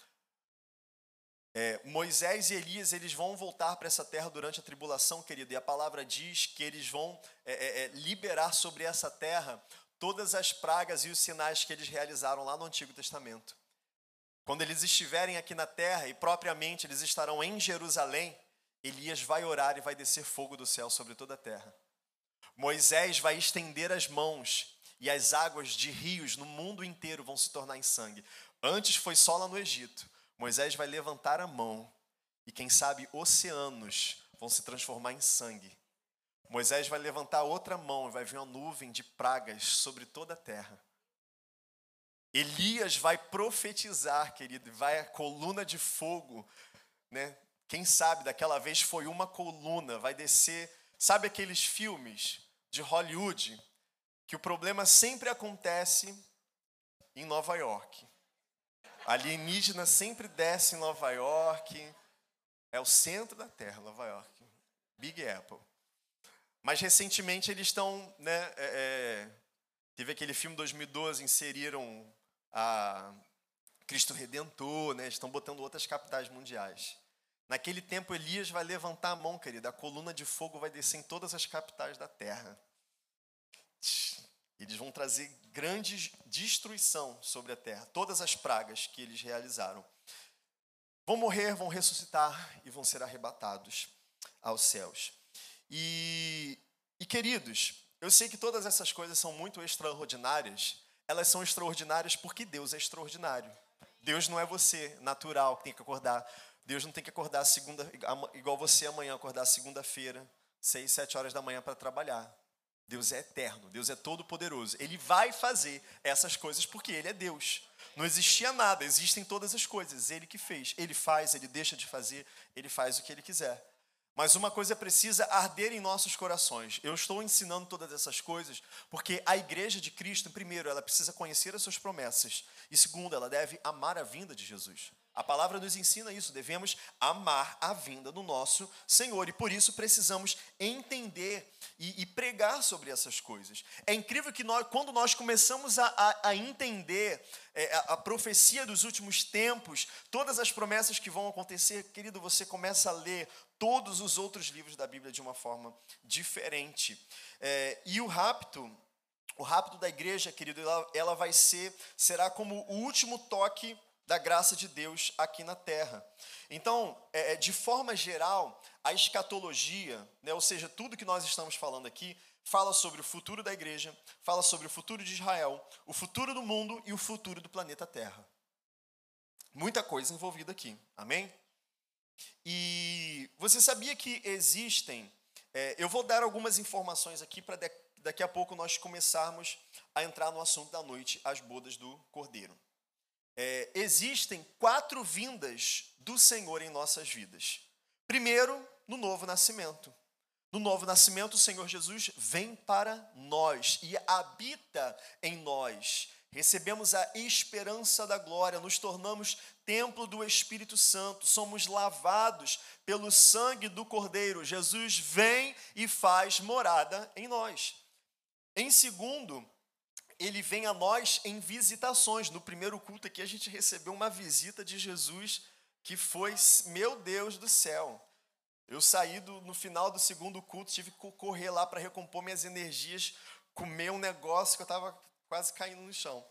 É, Moisés e Elias, eles vão voltar para essa terra durante a tribulação, querido, e a palavra diz que eles vão é, é, liberar sobre essa terra todas as pragas e os sinais que eles realizaram lá no Antigo Testamento. Quando eles estiverem aqui na terra, e propriamente eles estarão em Jerusalém, Elias vai orar e vai descer fogo do céu sobre toda a terra. Moisés vai estender as mãos e as águas de rios no mundo inteiro vão se tornar em sangue. Antes foi só lá no Egito. Moisés vai levantar a mão e, quem sabe, oceanos vão se transformar em sangue. Moisés vai levantar outra mão e vai vir uma nuvem de pragas sobre toda a terra. Elias vai profetizar, querido, vai a coluna de fogo, né? Quem sabe daquela vez foi uma coluna, vai descer. Sabe aqueles filmes de Hollywood que o problema sempre acontece em Nova York? Alienígena sempre desce em Nova York. É o centro da Terra, Nova York. Big Apple. Mas recentemente eles estão, né? É, é, teve aquele filme dois mil e doze, inseriram a Cristo Redentor, né? Estão botando outras capitais mundiais. Naquele tempo, Elias vai levantar a mão, querida. A coluna de fogo vai descer em todas as capitais da terra. Eles vão trazer grande destruição sobre a terra. Todas as pragas que eles realizaram. Vão morrer, vão ressuscitar e vão ser arrebatados aos céus. E, e, queridos, eu sei que todas essas coisas são muito extraordinárias. Elas são extraordinárias porque Deus é extraordinário. Deus não é você, natural, que tem que acordar. Deus não tem que acordar segunda, igual você amanhã, acordar segunda-feira, seis, sete horas da manhã para trabalhar. Deus é eterno, Deus é todo-poderoso. Ele vai fazer essas coisas porque Ele é Deus. Não existia nada, existem todas as coisas. Ele que fez. Ele faz, Ele deixa de fazer, Ele faz o que Ele quiser. Mas uma coisa precisa arder em nossos corações. Eu estou ensinando todas essas coisas porque a igreja de Cristo, primeiro, ela precisa conhecer as suas promessas. E segundo, ela deve amar a vinda de Jesus. A palavra nos ensina isso, devemos amar a vinda do nosso Senhor. E por isso precisamos entender e, e pregar sobre essas coisas. É incrível que nós, quando nós começamos a, a, a entender é, a, a profecia dos últimos tempos, todas as promessas que vão acontecer, querido, você começa a ler todos os outros livros da Bíblia de uma forma diferente. É, e o rapto, o rapto da igreja, querido, ela, ela vai ser, será como o último toque da graça de Deus aqui na terra. Então, é, de forma geral, a escatologia, né, ou seja, tudo que nós estamos falando aqui, fala sobre o futuro da igreja, fala sobre o futuro de Israel, o futuro do mundo e o futuro do planeta Terra. Muita coisa envolvida aqui, amém? E você sabia que existem, é, eu vou dar algumas informações aqui para daqui a pouco nós começarmos a entrar no assunto da noite, as bodas do Cordeiro. É, existem quatro vindas do Senhor em nossas vidas. Primeiro, no novo nascimento. No novo nascimento, o Senhor Jesus vem para nós e habita em nós. Recebemos a esperança da glória, nos tornamos templo do Espírito Santo, somos lavados pelo sangue do Cordeiro. Jesus vem e faz morada em nós. Em segundo, Ele vem a nós em visitações. No primeiro culto aqui, a gente recebeu uma visita de Jesus que foi, meu Deus do céu. Eu saí do, no final do segundo culto, tive que correr lá para recompor minhas energias, comer um negócio que eu estava quase caindo no chão.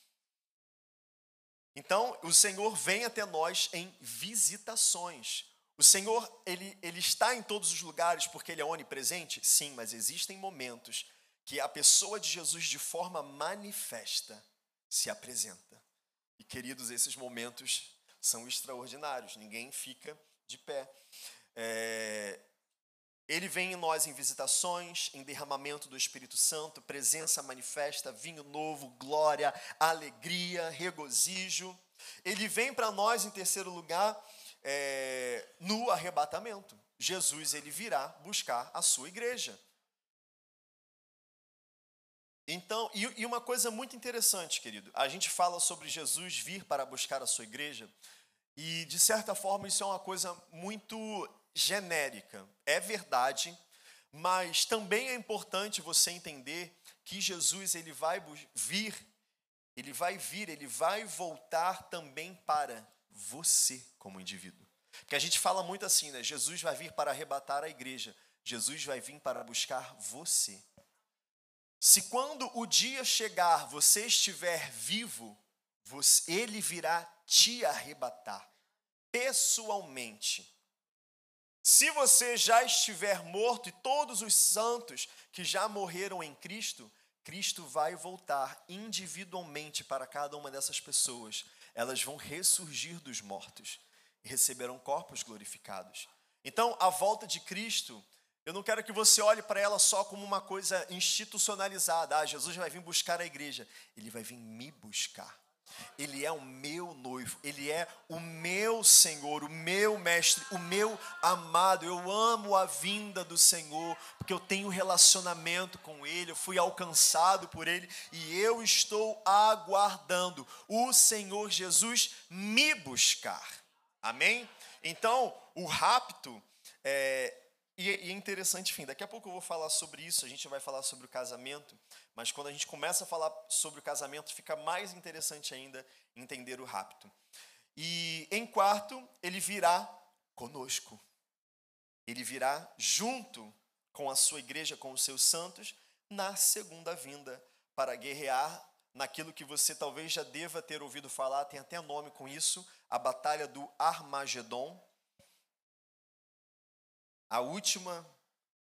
Então, o Senhor vem até nós em visitações. O Senhor, ele, ele está em todos os lugares porque Ele é onipresente? Sim, mas existem momentos que a pessoa de Jesus, de forma manifesta, se apresenta. E, queridos, esses momentos são extraordinários, ninguém fica de pé. É, ele vem em nós em visitações, em derramamento do Espírito Santo, presença manifesta, vinho novo, glória, alegria, regozijo. Ele vem para nós, em terceiro lugar, é, no arrebatamento. Jesus, ele virá buscar a sua igreja. Então, e, e uma coisa muito interessante, querido, a gente fala sobre Jesus vir para buscar a sua igreja, e de certa forma isso é uma coisa muito genérica. É verdade, mas também é importante você entender que Jesus ele vai vir, ele vai vir, ele vai voltar também para você como indivíduo. Porque a gente fala muito assim, né? Jesus vai vir para arrebatar a igreja, Jesus vai vir para buscar você. Se quando o dia chegar, você estiver vivo, você, ele virá te arrebatar, pessoalmente. Se você já estiver morto e todos os santos que já morreram em Cristo, Cristo vai voltar individualmente para cada uma dessas pessoas. Elas vão ressurgir dos mortos e receberão corpos glorificados. Então, a volta de Cristo, eu não quero que você olhe para ela só como uma coisa institucionalizada. Ah, Jesus vai vir buscar a igreja. Ele vai vir me buscar. Ele é o meu noivo. Ele é o meu Senhor, o meu mestre, o meu amado. Eu amo a vinda do Senhor, porque eu tenho relacionamento com Ele. Eu fui alcançado por Ele e eu estou aguardando o Senhor Jesus me buscar. Amém? Então, o rapto é... E é interessante, enfim, daqui a pouco eu vou falar sobre isso, a gente vai falar sobre o casamento, mas quando a gente começa a falar sobre o casamento, fica mais interessante ainda entender o rapto. E em quarto, ele virá conosco. Ele virá junto com a sua igreja, com os seus santos, na segunda vinda, para guerrear naquilo que você talvez já deva ter ouvido falar, tem até nome com isso, a Batalha do Armagedon. A última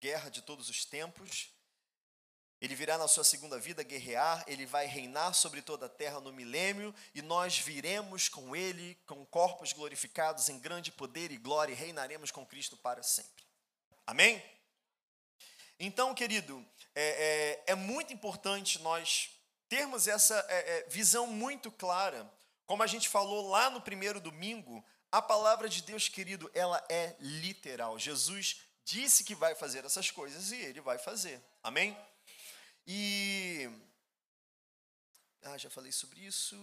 guerra de todos os tempos. Ele virá na sua segunda vida guerrear, ele vai reinar sobre toda a terra no milênio, e nós viremos com ele, com corpos glorificados em grande poder e glória, e reinaremos com Cristo para sempre. Amém? Então, querido, é, é, é muito importante nós termos essa é, é, visão muito clara. Como a gente falou lá no primeiro domingo, a palavra de Deus, querido, ela é literal. Jesus disse que vai fazer essas coisas e ele vai fazer. Amém? E... Ah, já falei sobre isso.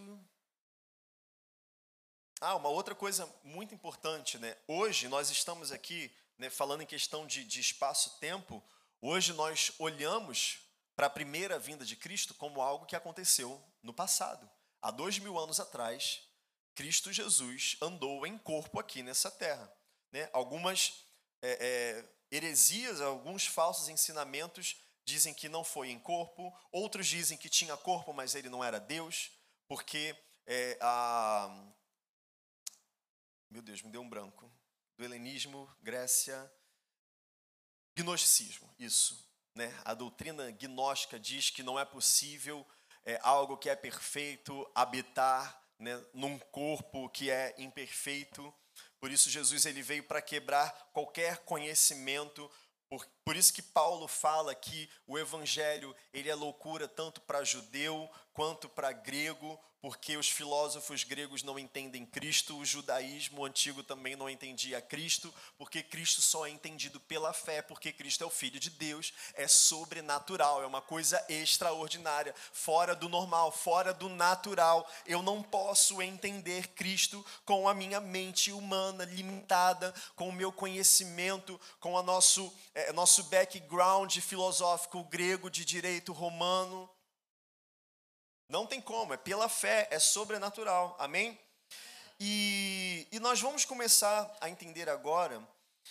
Ah, uma outra coisa muito importante, né? Hoje nós estamos aqui, né, falando em questão de, de espaço-tempo. Hoje nós olhamos para a primeira vinda de Cristo como algo que aconteceu no passado. Há dois mil anos atrás, Cristo Jesus andou em corpo aqui nessa terra. Né? Algumas é, é, heresias, alguns falsos ensinamentos dizem que não foi em corpo, outros dizem que tinha corpo, mas ele não era Deus, porque é, a... Meu Deus, me deu um branco. Do helenismo, Grécia, gnosticismo, isso. Né? A doutrina gnóstica diz que não é possível é, algo que é perfeito habitar, né, num corpo que é imperfeito. Por isso Jesus ele veio para quebrar qualquer conhecimento. Por, por isso que Paulo fala que o evangelho ele é loucura tanto para judeu quanto para grego, porque os filósofos gregos não entendem Cristo, o judaísmo antigo também não entendia Cristo, porque Cristo só é entendido pela fé, porque Cristo é o Filho de Deus, é sobrenatural, é uma coisa extraordinária, fora do normal, fora do natural. Eu não posso entender Cristo com a minha mente humana limitada, com o meu conhecimento, com o nosso, é, nosso background filosófico grego de direito romano. Não tem como, é pela fé, é sobrenatural, amém? E, e nós vamos começar a entender agora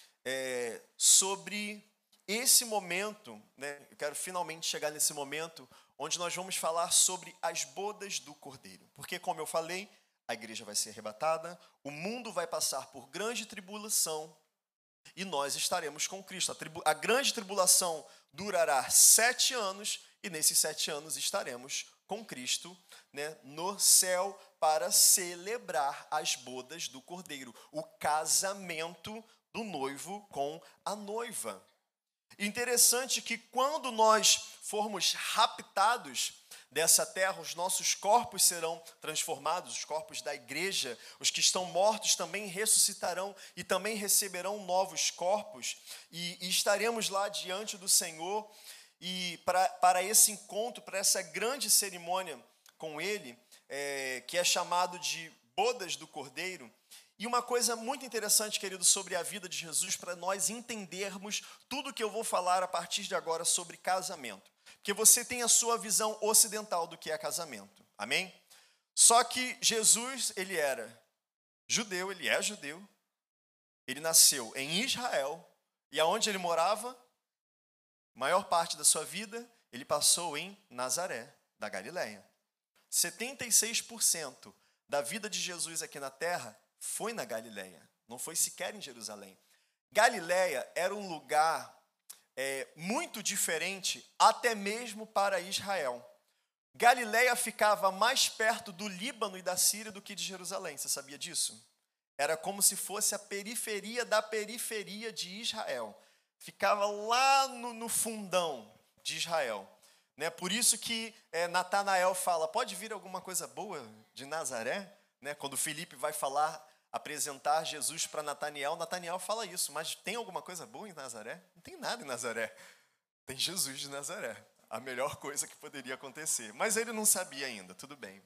é, sobre esse momento, né? Eu quero finalmente chegar nesse momento onde nós vamos falar sobre as bodas do Cordeiro. Porque, como eu falei, a igreja vai ser arrebatada, o mundo vai passar por grande tribulação e nós estaremos com Cristo. A, tribu, a grande tribulação durará sete anos e nesses sete anos estaremos com Cristo, né, no céu para celebrar as bodas do Cordeiro, o casamento do noivo com a noiva. Interessante que quando nós formos raptados dessa terra, os nossos corpos serão transformados, os corpos da igreja, os que estão mortos também ressuscitarão e também receberão novos corpos e, e estaremos lá diante do Senhor. E para, para esse encontro, para essa grande cerimônia com ele, é, que é chamado de bodas do Cordeiro. E uma coisa muito interessante, querido, sobre a vida de Jesus, para nós entendermos tudo que eu vou falar a partir de agora sobre casamento. Porque você tem a sua visão ocidental do que é casamento, amém? Só que Jesus, ele era judeu, ele é judeu, ele nasceu em Israel, e aonde ele morava? Maior parte da sua vida, ele passou em Nazaré, da Galileia. setenta e seis por cento da vida de Jesus aqui na terra foi na Galileia, não foi sequer em Jerusalém. Galileia era um lugar é, muito diferente, até mesmo para Israel. Galileia ficava mais perto do Líbano e da Síria do que de Jerusalém, você sabia disso? Era como se fosse a periferia da periferia de Israel. Ficava lá no, no fundão de Israel. Né? Por isso que é, Natanael fala, pode vir alguma coisa boa de Nazaré? Né? Quando Filipe vai falar, apresentar Jesus para Natanael, Natanael fala isso, mas tem alguma coisa boa em Nazaré? Não tem nada em Nazaré. Tem Jesus de Nazaré, a melhor coisa que poderia acontecer. Mas ele não sabia ainda, tudo bem.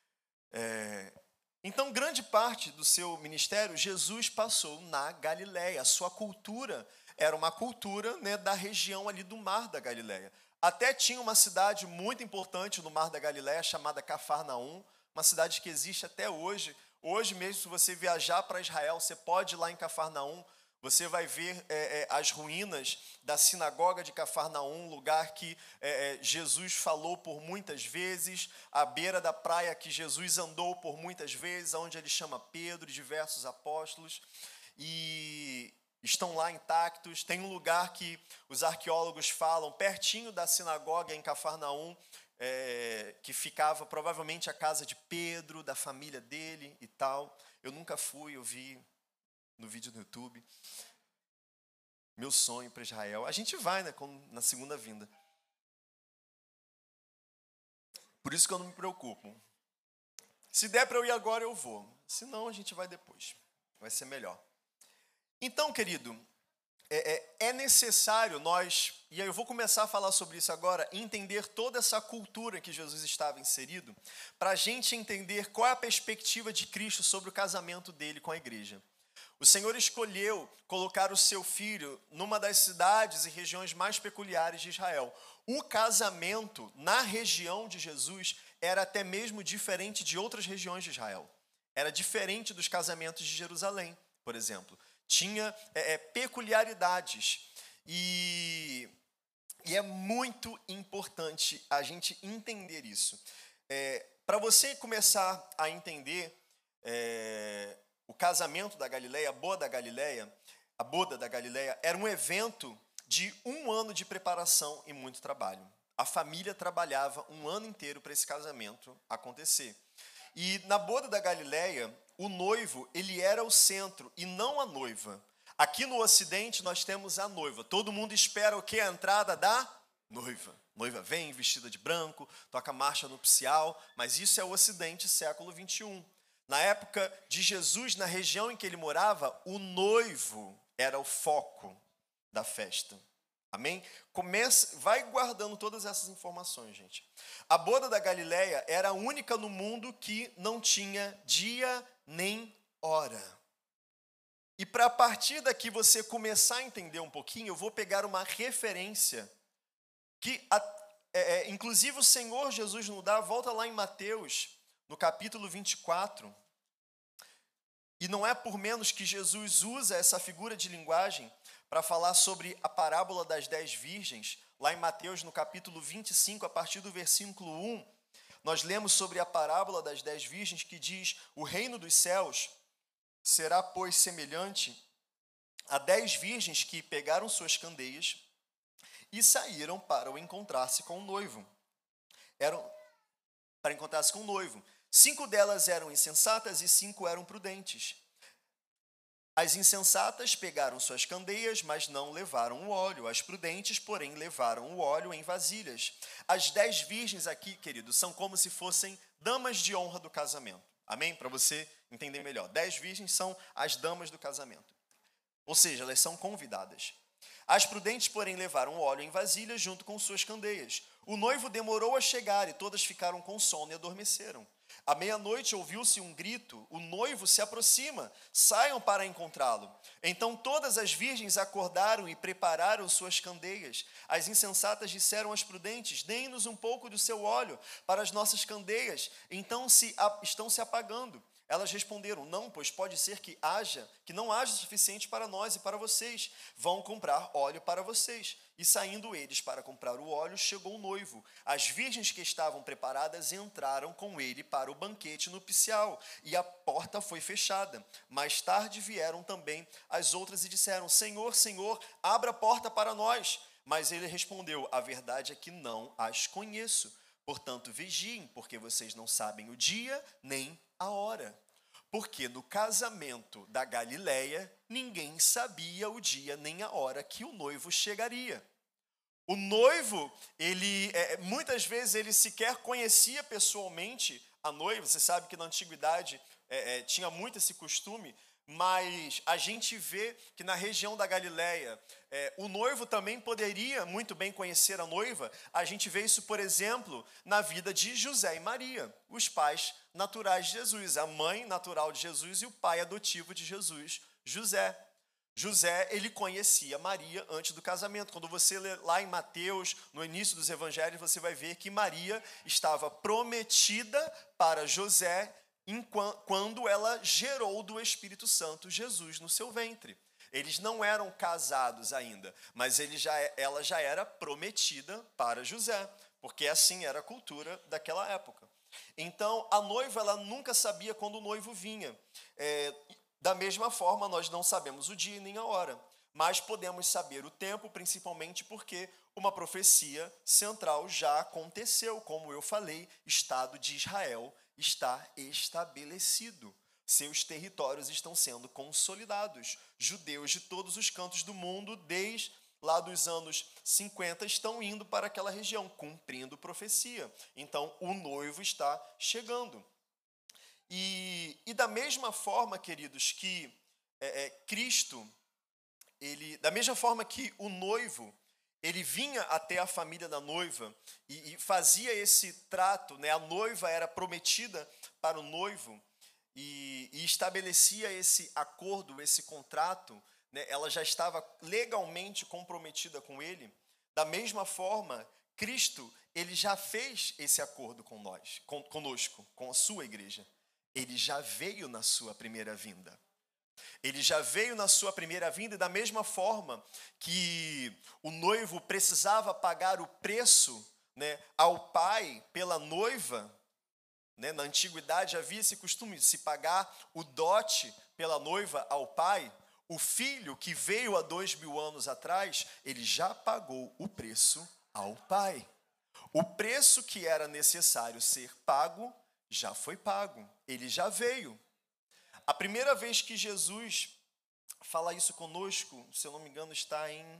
É... Então, grande parte do seu ministério, Jesus passou na Galileia. A sua cultura era uma cultura, né, da região ali do Mar da Galileia. Até tinha uma cidade muito importante no Mar da Galileia, chamada Cafarnaum, uma cidade que existe até hoje. Hoje mesmo, se você viajar para Israel, você pode ir lá em Cafarnaum, você vai ver é, é, as ruínas da sinagoga de Cafarnaum, lugar que é, é, Jesus falou por muitas vezes, à beira da praia que Jesus andou por muitas vezes, onde ele chama Pedro e diversos apóstolos. E... estão lá intactos. Tem um lugar que os arqueólogos falam, pertinho da sinagoga em Cafarnaum, é, que ficava provavelmente a casa de Pedro, da família dele e tal. Eu nunca fui, eu vi no vídeo no YouTube. Meu sonho para Israel. A gente vai, né, na segunda vinda. Por isso que eu não me preocupo. Se der para eu ir agora, eu vou. Se não, a gente vai depois. Vai ser melhor. Então, querido, é, é, é necessário nós, e aí eu vou começar a falar sobre isso agora, entender toda essa cultura que Jesus estava inserido, para a gente entender qual é a perspectiva de Cristo sobre o casamento dele com a igreja. O Senhor escolheu colocar o seu filho numa das cidades e regiões mais peculiares de Israel. O casamento na região de Jesus era até mesmo diferente de outras regiões de Israel. Era diferente dos casamentos de Jerusalém, por exemplo. Tinha é, é, peculiaridades. E, e é muito importante a gente entender isso. É, para você começar a entender... É, o casamento da Galileia, a boda da Galileia, a boda da Galileia era um evento de um ano de preparação e muito trabalho. A família trabalhava um ano inteiro para esse casamento acontecer. E na boda da Galileia, o noivo, ele era o centro e não a noiva. Aqui no Ocidente nós temos a noiva. Todo mundo espera o quê? A entrada da noiva. Noiva vem vestida de branco, toca marcha nupcial, mas isso é o Ocidente, século vinte e um. Na época de Jesus, na região em que ele morava, o noivo era o foco da festa. Amém? Começa, vai guardando todas essas informações, gente. A boda da Galileia era a única no mundo que não tinha dia nem hora. E para a partir daqui você começar a entender um pouquinho, eu vou pegar uma referência que, é, é, inclusive, o Senhor Jesus nos dá. Volta lá em Mateus, no capítulo vinte e quatro, e não é por menos que Jesus usa essa figura de linguagem para falar sobre a parábola das dez virgens. Lá em Mateus, no capítulo vinte e cinco, a partir do versículo um, nós lemos sobre a parábola das dez virgens que diz: o reino dos céus será, pois, semelhante a dez virgens que pegaram suas candeias e saíram para o encontrar-se com o noivo. Eram para encontrar-se com o noivo. Cinco delas eram insensatas e cinco eram prudentes. As insensatas pegaram suas candeias, mas não levaram o óleo. As prudentes, porém, levaram o óleo em vasilhas. As dez virgens aqui, queridos, são como se fossem damas de honra do casamento. Amém? Para você entender melhor. Dez virgens são as damas do casamento. Ou seja, elas são convidadas. As prudentes, porém, levaram o óleo em vasilhas junto com suas candeias. O noivo demorou a chegar e todas ficaram com sono e adormeceram. À meia-noite ouviu-se um grito: o noivo se aproxima, saiam para encontrá-lo. Então todas as virgens acordaram e prepararam suas candeias. As insensatas disseram às prudentes: deem-nos um pouco do seu óleo para as nossas candeias, então se, a, estão se apagando. Elas responderam: não, pois pode ser que haja, que não haja o suficiente para nós e para vocês. Vão comprar óleo para vocês. E saindo eles para comprar o óleo, chegou o noivo. As virgens que estavam preparadas entraram com ele para o banquete nupcial, e a porta foi fechada. Mais tarde vieram também as outras e disseram: Senhor, Senhor, abra a porta para nós. Mas ele respondeu: a verdade é que não as conheço. Portanto, vigiem, porque vocês não sabem o dia nem a hora. Porque no casamento da Galileia, ninguém sabia o dia nem a hora que o noivo chegaria. O noivo, ele é, muitas vezes, ele sequer conhecia pessoalmente a noiva. Você sabe que na antiguidade é, é, tinha muito esse costume, mas a gente vê que na região da Galileia, é, o noivo também poderia muito bem conhecer a noiva. A gente vê isso, por exemplo, na vida de José e Maria, os pais naturais de Jesus, a mãe natural de Jesus e o pai adotivo de Jesus, José. José, ele conhecia Maria antes do casamento. Quando você lê lá em Mateus, no início dos evangelhos, você vai ver que Maria estava prometida para José quando ela gerou do Espírito Santo Jesus no seu ventre. Eles não eram casados ainda, mas ele já, ela já era prometida para José, porque assim era a cultura daquela época. Então, a noiva, ela nunca sabia quando o noivo vinha. É, Da mesma forma, nós não sabemos o dia nem a hora, mas podemos saber o tempo, principalmente porque uma profecia central já aconteceu. Como eu falei, Estado de Israel está estabelecido. Seus territórios estão sendo consolidados. Judeus de todos os cantos do mundo, desde lá dos anos cinquenta, estão indo para aquela região, cumprindo profecia. Então, o noivo está chegando. E, e da mesma forma, queridos, que é, é, Cristo, ele, da mesma forma que o noivo, ele vinha até a família da noiva e, e fazia esse trato, né? A noiva era prometida para o noivo e, e estabelecia esse acordo, esse contrato, né? Ela já estava legalmente comprometida com ele. Da mesma forma, Cristo, ele já fez esse acordo com nós, com, conosco, com a sua igreja. Ele já veio na sua primeira vinda. Ele já veio na sua primeira vinda e da mesma forma que o noivo precisava pagar o preço, né, ao pai pela noiva, né, na antiguidade havia esse costume de se pagar o dote pela noiva ao pai. O filho que veio há dois mil anos atrás, ele já pagou o preço ao pai. O preço que era necessário ser pago já foi pago, ele já veio. A primeira vez que Jesus fala isso conosco, se eu não me engano, está em...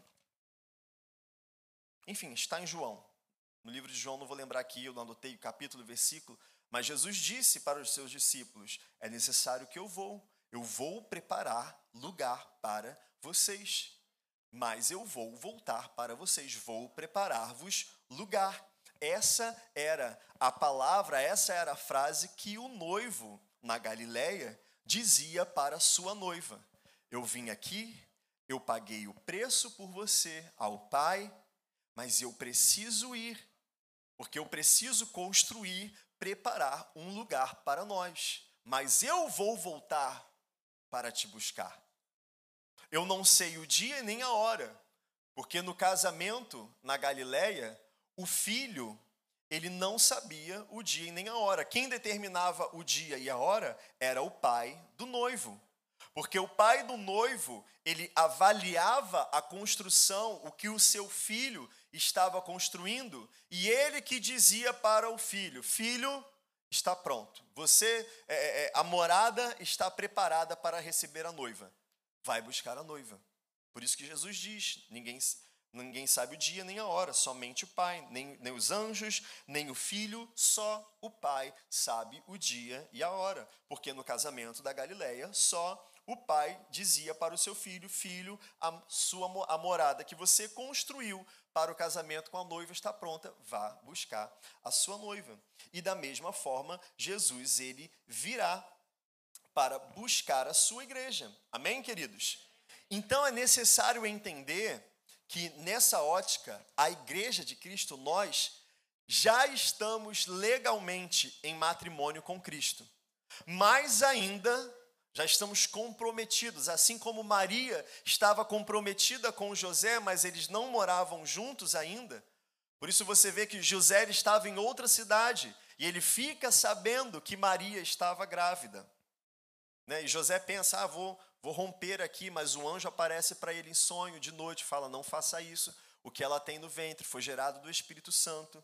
Enfim, está em João. No livro de João, não vou lembrar aqui, eu não anotei o capítulo e versículo, mas Jesus disse para os seus discípulos, é necessário que eu vou, eu vou preparar lugar para vocês, mas eu vou voltar para vocês, vou preparar-vos lugar. Essa era a palavra, essa era a frase que o noivo na Galileia dizia para sua noiva. Eu vim aqui, eu paguei o preço por você ao Pai, mas eu preciso ir, porque eu preciso construir, preparar um lugar para nós. Mas eu vou voltar para te buscar. Eu não sei o dia nem a hora, porque no casamento na Galileia, o filho, ele não sabia o dia e nem a hora. Quem determinava o dia e a hora era o pai do noivo. Porque o pai do noivo, ele avaliava a construção, o que o seu filho estava construindo, e ele que dizia para o filho, filho, está pronto. Você, é, é, a morada está preparada para receber a noiva. Vai buscar a noiva. Por isso que Jesus diz, ninguém... Ninguém sabe o dia nem a hora, somente o Pai, nem, nem os anjos, nem o Filho, só o Pai sabe o dia e a hora. Porque no casamento da Galileia, só o pai dizia para o seu filho, filho, a sua a morada que você construiu para o casamento com a noiva está pronta, vá buscar a sua noiva. E da mesma forma, Jesus, ele virá para buscar a sua igreja. Amém, queridos? Então é necessário entender que nessa ótica, a igreja de Cristo, nós já estamos legalmente em matrimônio com Cristo. Mais ainda, já estamos comprometidos, assim como Maria estava comprometida com José, mas eles não moravam juntos ainda. Por isso você vê que José estava em outra cidade e ele fica sabendo que Maria estava grávida. Né? E José pensa, ah, vou, vou romper aqui, mas o anjo aparece para ele em sonho de noite, fala, não faça isso, o que ela tem no ventre foi gerado do Espírito Santo.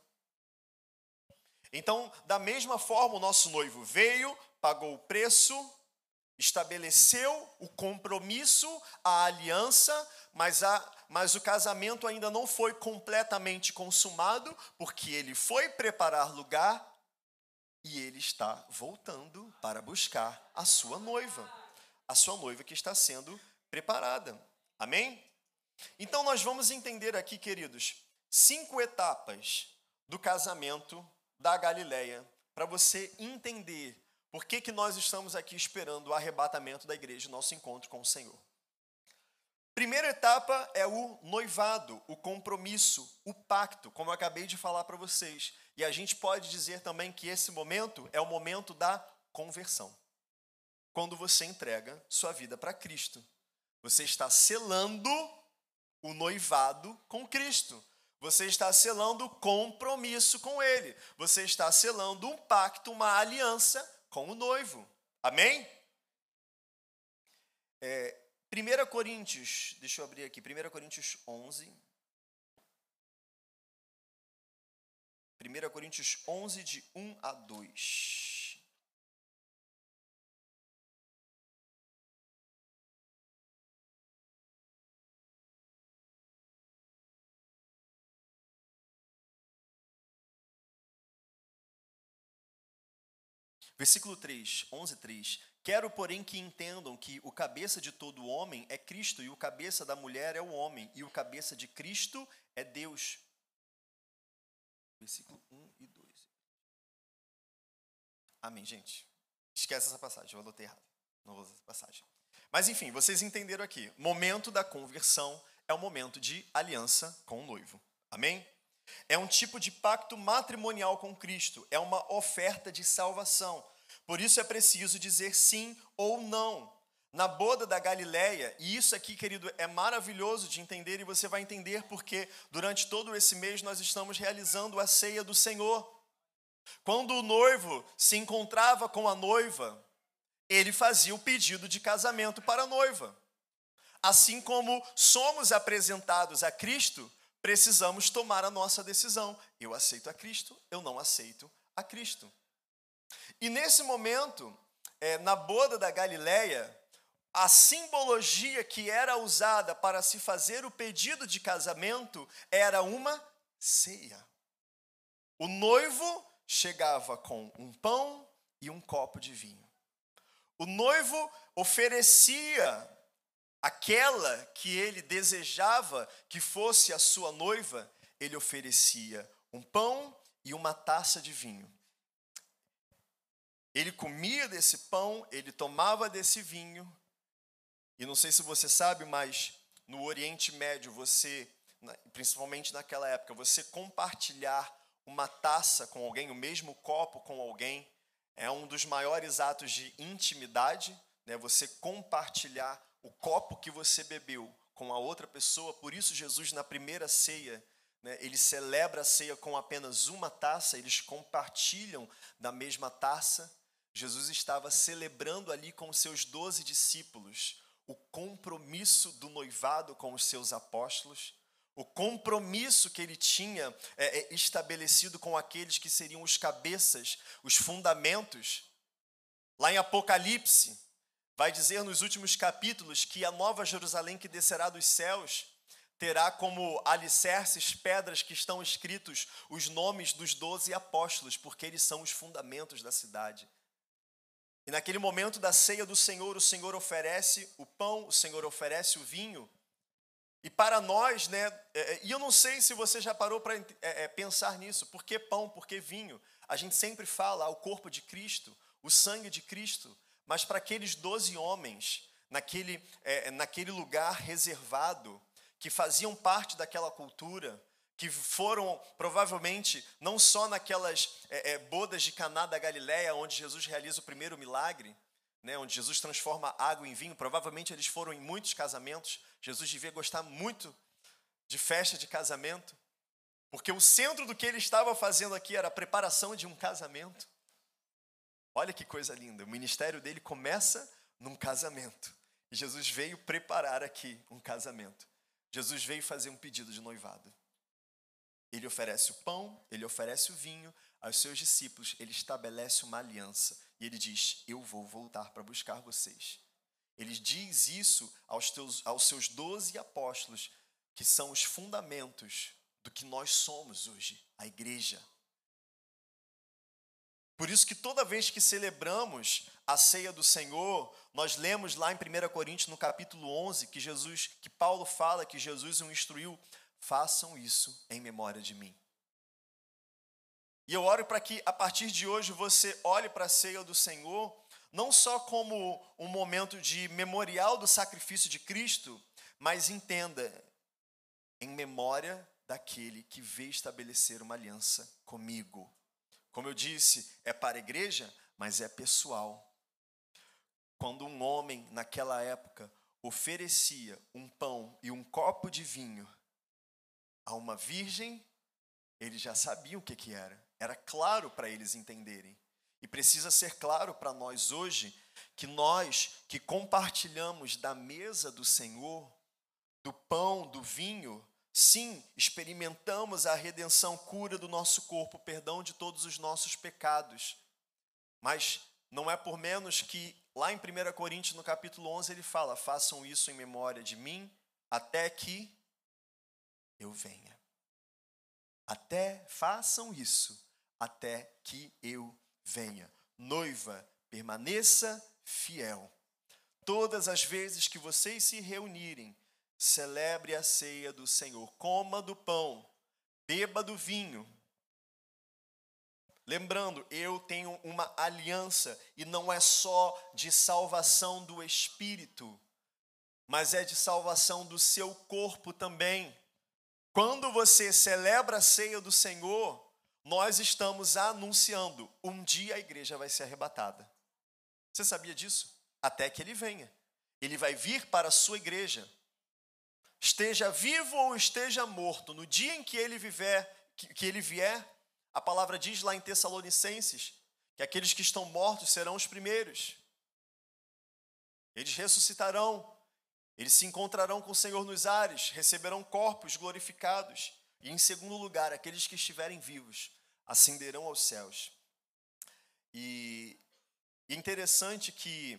Então, da mesma forma, o nosso noivo veio, pagou o preço, estabeleceu o compromisso, a aliança, mas, a, mas o casamento ainda não foi completamente consumado, porque ele foi preparar lugar e ele está voltando para buscar a sua noiva, a sua noiva que está sendo preparada. Amém? Então, nós vamos entender aqui, queridos, cinco etapas do casamento da Galileia, para você entender por que, que nós estamos aqui esperando o arrebatamento da igreja, o nosso encontro com o Senhor. Primeira etapa é o noivado, o compromisso, o pacto, como eu acabei de falar para vocês. E a gente pode dizer também que esse momento é o momento da conversão. Quando você entrega sua vida para Cristo. Você está selando o noivado com Cristo. Você está selando o compromisso com Ele. Você está selando um pacto, uma aliança com o noivo. Amém? É, primeira Coríntios, deixa eu abrir aqui, primeira Coríntios onze. primeira Coríntios onze, de um a dois. Versículo três, onze, três. Quero, porém, que entendam que o cabeça de todo homem é Cristo, e o cabeça da mulher é o homem, e o cabeça de Cristo é Deus. Versículo um e dois. Amém, gente. Esquece essa passagem, eu anotei errado. Não vou usar essa passagem. Mas, enfim, vocês entenderam aqui. Momento da conversão é o momento de aliança com o noivo. Amém? É um tipo de pacto matrimonial com Cristo. É uma oferta de salvação. Por isso é preciso dizer sim ou não. Na boda da Galileia, e isso aqui, querido, é maravilhoso de entender, e você vai entender porque durante todo esse mês nós estamos realizando a ceia do Senhor. Quando o noivo se encontrava com a noiva, ele fazia o pedido de casamento para a noiva. Assim como somos apresentados a Cristo, precisamos tomar a nossa decisão. Eu aceito a Cristo, eu não aceito a Cristo. E nesse momento, é, na boda da Galileia, a simbologia que era usada para se fazer o pedido de casamento era uma ceia. O noivo chegava com um pão e um copo de vinho. O noivo oferecia aquela que ele desejava que fosse a sua noiva, ele oferecia um pão e uma taça de vinho. Ele comia desse pão, ele tomava desse vinho. E não sei se você sabe, mas no Oriente Médio, você, principalmente naquela época, você compartilhar uma taça com alguém, o mesmo copo com alguém, é um dos maiores atos de intimidade, né? Você compartilhar o copo que você bebeu com a outra pessoa. Por isso Jesus, na primeira ceia, né, ele celebra a ceia com apenas uma taça, eles compartilham da mesma taça. Jesus estava celebrando ali com os seus doze discípulos o compromisso do noivado com os seus apóstolos, o compromisso que ele tinha é, é, estabelecido com aqueles que seriam os cabeças, os fundamentos. Lá em Apocalipse, vai dizer nos últimos capítulos que a nova Jerusalém que descerá dos céus terá como alicerces pedras que estão escritos os nomes dos doze apóstolos, porque eles são os fundamentos da cidade. E naquele momento da ceia do Senhor, o Senhor oferece o pão, o Senhor oferece o vinho. E para nós, né, e eu não sei se você já parou para é, pensar nisso, por que pão, por que vinho? A gente sempre fala o corpo de Cristo, o sangue de Cristo, mas para aqueles doze homens, naquele, é, naquele lugar reservado, que faziam parte daquela cultura, que foram provavelmente não só naquelas é, é, bodas de Caná da Galileia, onde Jesus realiza o primeiro milagre, né, onde Jesus transforma água em vinho, provavelmente eles foram em muitos casamentos. Jesus devia gostar muito de festa de casamento, porque o centro do que ele estava fazendo aqui era a preparação de um casamento. Olha que coisa linda, o ministério dele começa num casamento, e Jesus veio preparar aqui um casamento. Jesus veio fazer um pedido de noivado. Ele oferece o pão, ele oferece o vinho aos seus discípulos, ele estabelece uma aliança. E ele diz, eu vou voltar para buscar vocês. Ele diz isso aos, teus, aos seus doze apóstolos, que são os fundamentos do que nós somos hoje, a igreja. Por isso que toda vez que celebramos a ceia do Senhor, nós lemos lá em primeira Coríntios, no capítulo onze, que Jesus, que Paulo fala que Jesus o instruiu, façam isso em memória de mim. E eu oro para que, a partir de hoje, você olhe para a ceia do Senhor, não só como um momento de memorial do sacrifício de Cristo, mas entenda, em memória daquele que veio estabelecer uma aliança comigo. Como eu disse, é para a igreja, mas é pessoal. Quando um homem, naquela época, oferecia um pão e um copo de vinho a uma virgem, eles já sabiam o que, que era. Era claro para eles entenderem. E precisa ser claro para nós hoje que nós que compartilhamos da mesa do Senhor, do pão, do vinho, sim, experimentamos a redenção, cura do nosso corpo, perdão de todos os nossos pecados. Mas não é por menos que lá em primeira Coríntios, no capítulo onze, ele fala: façam isso em memória de mim, até que eu venha. Até, façam isso, até que eu venha. Noiva, permaneça fiel. Todas as vezes que vocês se reunirem, celebre a ceia do Senhor. Coma do pão, beba do vinho. Lembrando, eu tenho uma aliança e não é só de salvação do espírito, mas é de salvação do seu corpo também. Quando você celebra a ceia do Senhor, nós estamos anunciando: um dia a igreja vai ser arrebatada. Você sabia disso? Até que ele venha. Ele vai vir para a sua igreja. Esteja vivo ou esteja morto, no dia em que ele viver, que, que ele vier, a palavra diz lá em Tessalonicenses que aqueles que estão mortos serão os primeiros. Eles ressuscitarão, eles se encontrarão com o Senhor nos ares, receberão corpos glorificados. E em segundo lugar, aqueles que estiverem vivos ascenderão aos céus. E é interessante que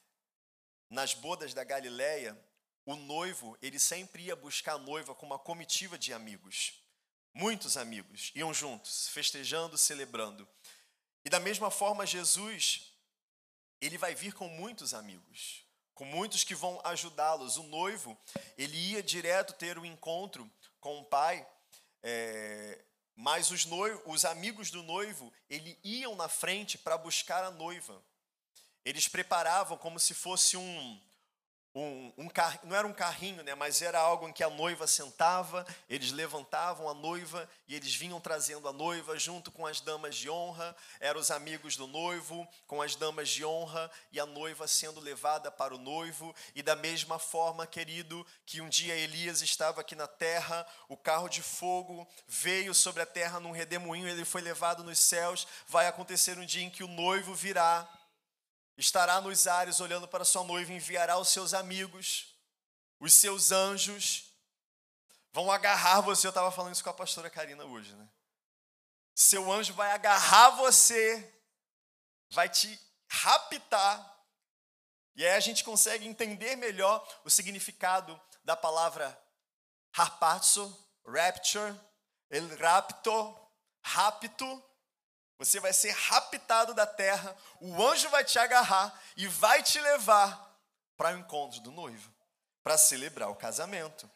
nas bodas da Galileia, o noivo, ele sempre ia buscar a noiva com uma comitiva de amigos. Muitos amigos iam juntos, festejando, celebrando. E da mesma forma, Jesus, ele vai vir com muitos amigos, com muitos que vão ajudá-los. O noivo, ele ia direto ter um encontro com o pai, é, mas os, noivo, os amigos do noivo, eles iam na frente para buscar a noiva. Eles preparavam como se fosse um... Um, um car... não era um carrinho, né? Mas era algo em que a noiva sentava, eles levantavam a noiva e eles vinham trazendo a noiva junto com as damas de honra. Eram os amigos do noivo com as damas de honra e a noiva sendo levada para o noivo. E da mesma forma, querido, que um dia Elias estava aqui na terra, o carro de fogo veio sobre a terra num redemoinho, ele foi levado nos céus. Vai acontecer um dia em que o noivo virá, estará nos ares olhando para sua noiva, enviará os seus amigos, os seus anjos, vão agarrar você. Eu estava falando isso com a pastora Karina hoje, né? Seu anjo vai agarrar você, vai te raptar. E aí a gente consegue entender melhor o significado da palavra harpazo, rapture, el rapto, rapto. Você vai ser raptado da terra, o anjo vai te agarrar e vai te levar para o encontro do noivo, para celebrar o casamento.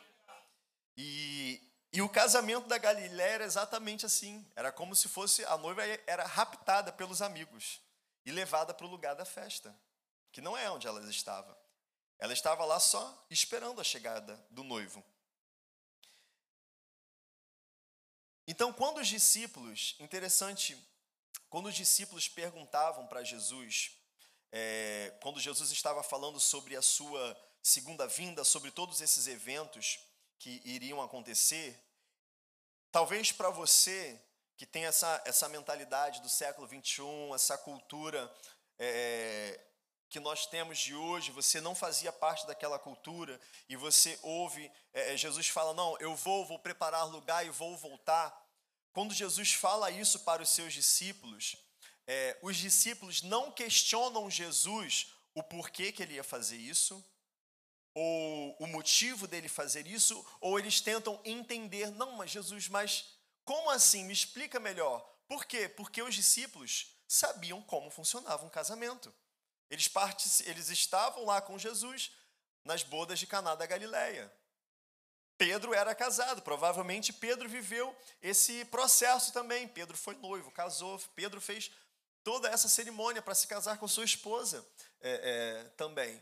E, e o casamento da Galileia era exatamente assim. Era como se fosse, a noiva era raptada pelos amigos e levada para o lugar da festa, que não é onde ela estava. Ela estava lá só esperando a chegada do noivo. Então, quando os discípulos, interessante, quando os discípulos perguntavam para Jesus, é, quando Jesus estava falando sobre a sua segunda vinda, sobre todos esses eventos que iriam acontecer, talvez para você que tem essa, essa mentalidade do século vinte e um, essa cultura é, que nós temos de hoje, você não fazia parte daquela cultura e você ouve, é, Jesus fala: não, eu vou, vou preparar lugar e vou voltar. Quando Jesus fala isso para os seus discípulos, é, os discípulos não questionam Jesus o porquê que ele ia fazer isso, ou o motivo dele fazer isso, ou eles tentam entender: não, mas Jesus, mas como assim? Me explica melhor. Por quê? Porque os discípulos sabiam como funcionava um casamento. Eles, partic... eles estavam lá com Jesus nas bodas de Caná da Galileia. Pedro era casado, provavelmente Pedro viveu esse processo também. Pedro foi noivo, casou, Pedro fez toda essa cerimônia para se casar com sua esposa é, é, também.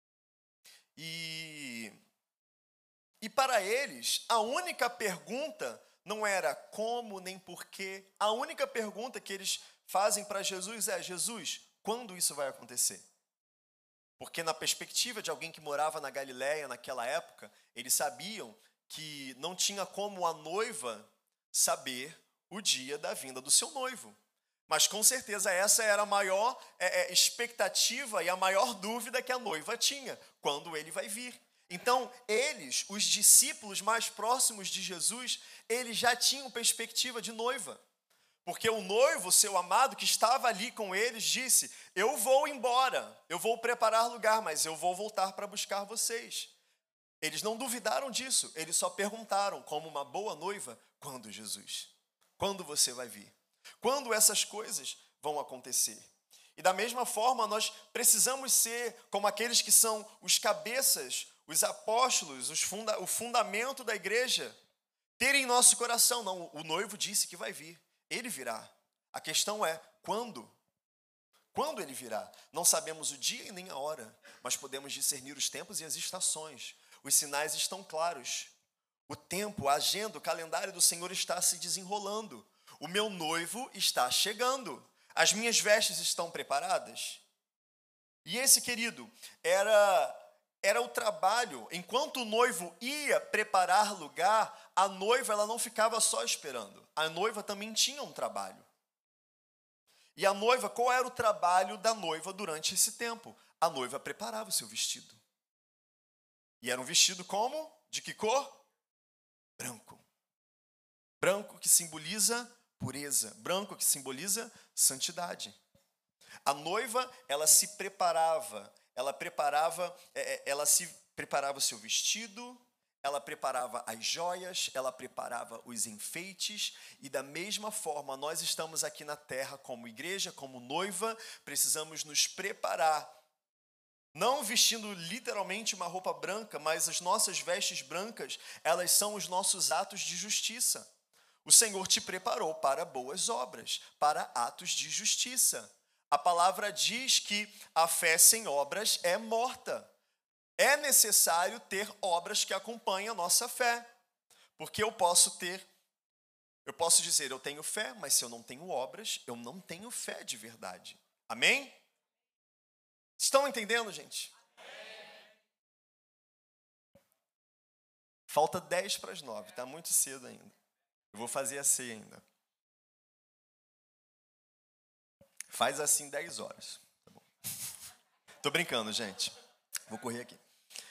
E, e para eles, a única pergunta não era como nem porquê. A única pergunta que eles fazem para Jesus é: Jesus, quando isso vai acontecer? Porque na perspectiva de alguém que morava na Galileia naquela época, eles sabiam que não tinha como a noiva saber o dia da vinda do seu noivo. Mas com certeza essa era a maior é, é, expectativa e a maior dúvida que a noiva tinha, quando ele vai vir. Então, eles, os discípulos mais próximos de Jesus, eles já tinham perspectiva de noiva. Porque o noivo, seu amado, que estava ali com eles, disse: eu vou embora, eu vou preparar lugar, mas eu vou voltar para buscar vocês. Eles não duvidaram disso, eles só perguntaram, como uma boa noiva: quando, Jesus? Quando você vai vir? Quando essas coisas vão acontecer? E da mesma forma, nós precisamos ser como aqueles que são os cabeças, os apóstolos, os funda- o fundamento da igreja, ter em nosso coração: não, o noivo disse que vai vir, ele virá. A questão é, quando? Quando ele virá? Não sabemos o dia e nem a hora, mas podemos discernir os tempos e as estações. Os sinais estão claros. O tempo, a agenda, o calendário do Senhor está se desenrolando. O meu noivo está chegando. As minhas vestes estão preparadas? E esse, querido, era, era o trabalho. Enquanto o noivo ia preparar lugar, a noiva ela não ficava só esperando. A noiva também tinha um trabalho. E a noiva, qual era o trabalho da noiva durante esse tempo? A noiva preparava o seu vestido. E era um vestido como? De que cor? Branco. Branco que simboliza pureza. Branco que simboliza santidade. A noiva, ela se preparava. Ela preparava, ela se preparava o seu vestido, ela preparava as joias, ela preparava os enfeites, e da mesma forma, nós estamos aqui na terra como igreja, como noiva, precisamos nos preparar, não vestindo literalmente uma roupa branca, mas as nossas vestes brancas, elas são os nossos atos de justiça. O Senhor te preparou para boas obras, para atos de justiça. A palavra diz que a fé sem obras é morta. É necessário ter obras que acompanhem a nossa fé. Porque eu posso ter, eu posso dizer, eu tenho fé, mas se eu não tenho obras, eu não tenho fé de verdade. Amém? Estão entendendo, gente? Falta dez para as nove, está muito cedo ainda. Eu vou fazer a ceia ainda. Faz assim dez horas. Tá bom. Tô brincando, gente. Vou correr aqui.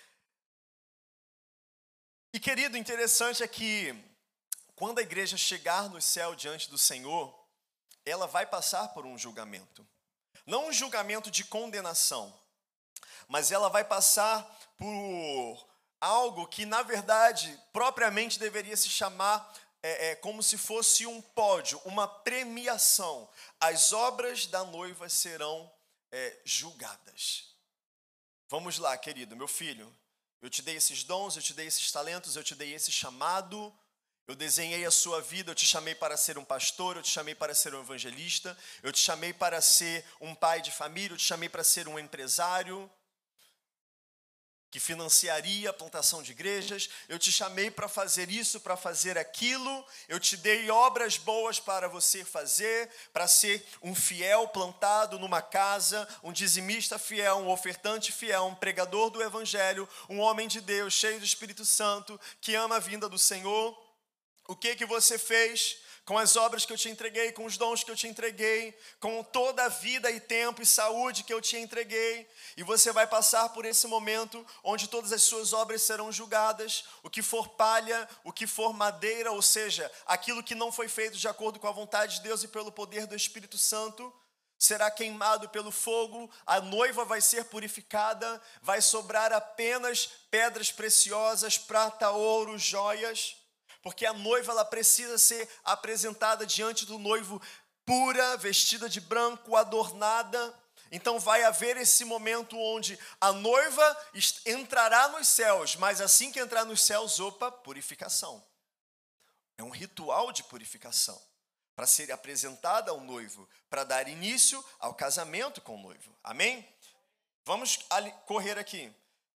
E, querido, interessante é que quando a igreja chegar no céu diante do Senhor, ela vai passar por um julgamento. Não um julgamento de condenação, mas ela vai passar por algo que, na verdade, propriamente deveria se chamar é, é, como se fosse um pódio, uma premiação. As obras da noiva serão é, julgadas. Vamos lá, querido, meu filho. Eu te dei esses dons, eu te dei esses talentos, eu te dei esse chamado, eu desenhei a sua vida, eu te chamei para ser um pastor, eu te chamei para ser um evangelista, eu te chamei para ser um pai de família, eu te chamei para ser um empresário que financiaria a plantação de igrejas, eu te chamei para fazer isso, para fazer aquilo, eu te dei obras boas para você fazer, para ser um fiel plantado numa casa, um dizimista fiel, um ofertante fiel, um pregador do evangelho, um homem de Deus, cheio do Espírito Santo, que ama a vinda do Senhor. O que que você fez com as obras que eu te entreguei, com os dons que eu te entreguei, com toda a vida e tempo e saúde que eu te entreguei? E você vai passar por esse momento onde todas as suas obras serão julgadas, o que for palha, o que for madeira, ou seja, aquilo que não foi feito de acordo com a vontade de Deus e pelo poder do Espírito Santo, será queimado pelo fogo, a noiva vai ser purificada, vai sobrar apenas pedras preciosas, prata, ouro, joias, porque a noiva ela precisa ser apresentada diante do noivo pura, vestida de branco, adornada. Então vai haver esse momento onde a noiva entrará nos céus, mas assim que entrar nos céus, opa, purificação. É um ritual de purificação, para ser apresentada ao noivo, para dar início ao casamento com o noivo. Amém? Vamos correr aqui.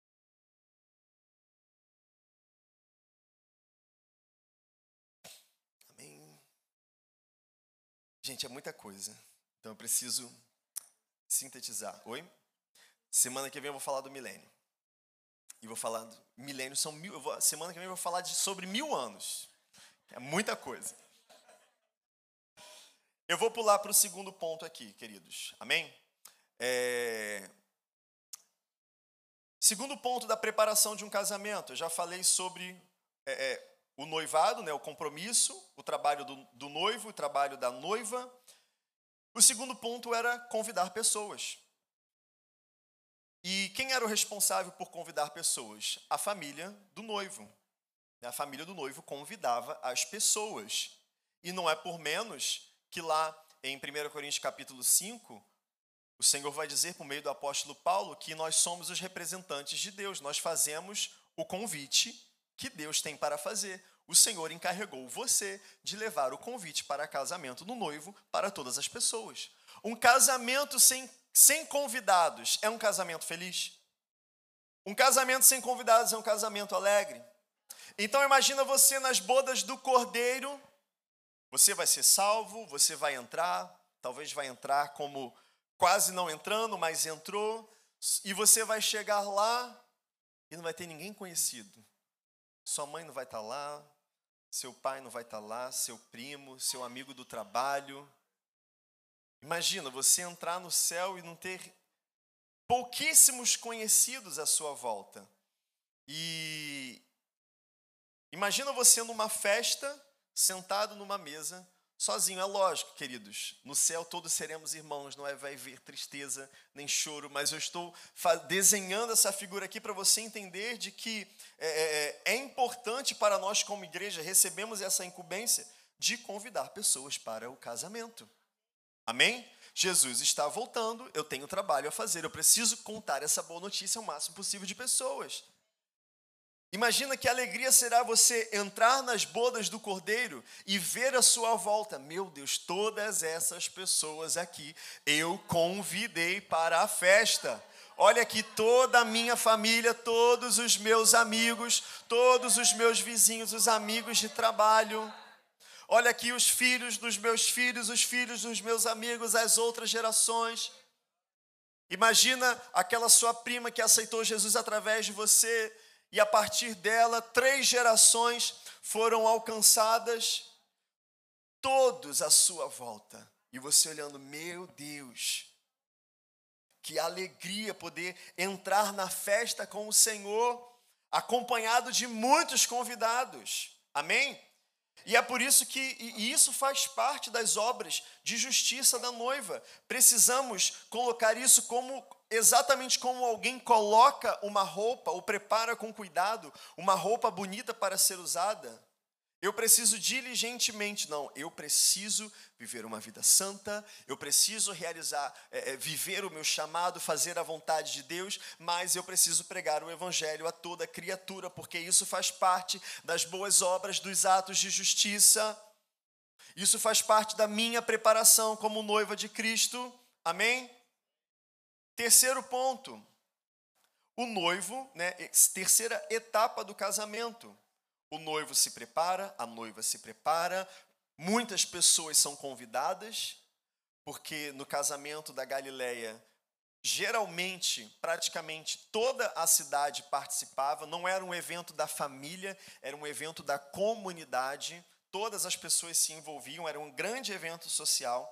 Gente, é muita coisa, então eu preciso sintetizar. Oi? Semana que vem eu vou falar do milênio. E vou falar do milênio, são mil. Eu vou, semana que vem eu vou falar de, sobre mil anos. É muita coisa. Eu vou pular para o segundo ponto aqui, queridos. Amém? É... Segundo ponto da preparação de um casamento. Eu já falei sobre é, é, o noivado, né, o compromisso, o trabalho do, do noivo, o trabalho da noiva. O segundo ponto era convidar pessoas. E quem era o responsável por convidar pessoas? A família do noivo. A família do noivo convidava as pessoas. E não é por menos que lá em primeira Coríntios capítulo cinco, o Senhor vai dizer por meio do apóstolo Paulo que nós somos os representantes de Deus. Nós fazemos o convite que Deus tem para fazer. O Senhor encarregou você de levar o convite para casamento do noivo para todas as pessoas. Um casamento sem, sem convidados é um casamento feliz? Um casamento sem convidados é um casamento alegre? Então imagina você nas bodas do Cordeiro. Você vai ser salvo, você vai entrar, talvez vai entrar como quase não entrando, mas entrou, e você vai chegar lá e não vai ter ninguém conhecido. Sua mãe não vai estar lá, seu pai não vai estar lá, seu primo, seu amigo do trabalho. Imagina você entrar no céu e não ter pouquíssimos conhecidos à sua volta. E imagina você numa festa, sentado numa mesa, sozinho. É lógico, queridos, no céu todos seremos irmãos, não é, vai haver tristeza nem choro, mas eu estou desenhando essa figura aqui para você entender de que é, é importante para nós como igreja, recebemos essa incumbência de convidar pessoas para o casamento. Amém? Jesus está voltando, eu tenho trabalho a fazer, eu preciso contar essa boa notícia ao máximo possível de pessoas. Imagina que alegria será você entrar nas bodas do Cordeiro e ver à sua volta, meu Deus, todas essas pessoas aqui eu convidei para a festa. Olha aqui toda a minha família, todos os meus amigos, todos os meus vizinhos, os amigos de trabalho. Olha aqui os filhos dos meus filhos, os filhos dos meus amigos, as outras gerações. Imagina aquela sua prima que aceitou Jesus através de você. E a partir dela, três gerações foram alcançadas, todos à sua volta. E você olhando, meu Deus, que alegria poder entrar na festa com o Senhor, acompanhado de muitos convidados. Amém? E é por isso que e isso faz parte das obras de justiça da noiva. Precisamos colocar isso como exatamente como alguém coloca uma roupa ou prepara com cuidado uma roupa bonita para ser usada. Eu preciso diligentemente, não, eu preciso viver uma vida santa, eu preciso realizar, é, viver o meu chamado, fazer a vontade de Deus, mas eu preciso pregar o evangelho a toda criatura, porque isso faz parte das boas obras, dos atos de justiça, isso faz parte da minha preparação como noiva de Cristo, amém? Terceiro ponto, o noivo, né, terceira etapa do casamento. O noivo se prepara, a noiva se prepara, muitas pessoas são convidadas, porque no casamento da Galileia, geralmente, praticamente toda a cidade participava, não era um evento da família, era um evento da comunidade, todas as pessoas se envolviam, era um grande evento social.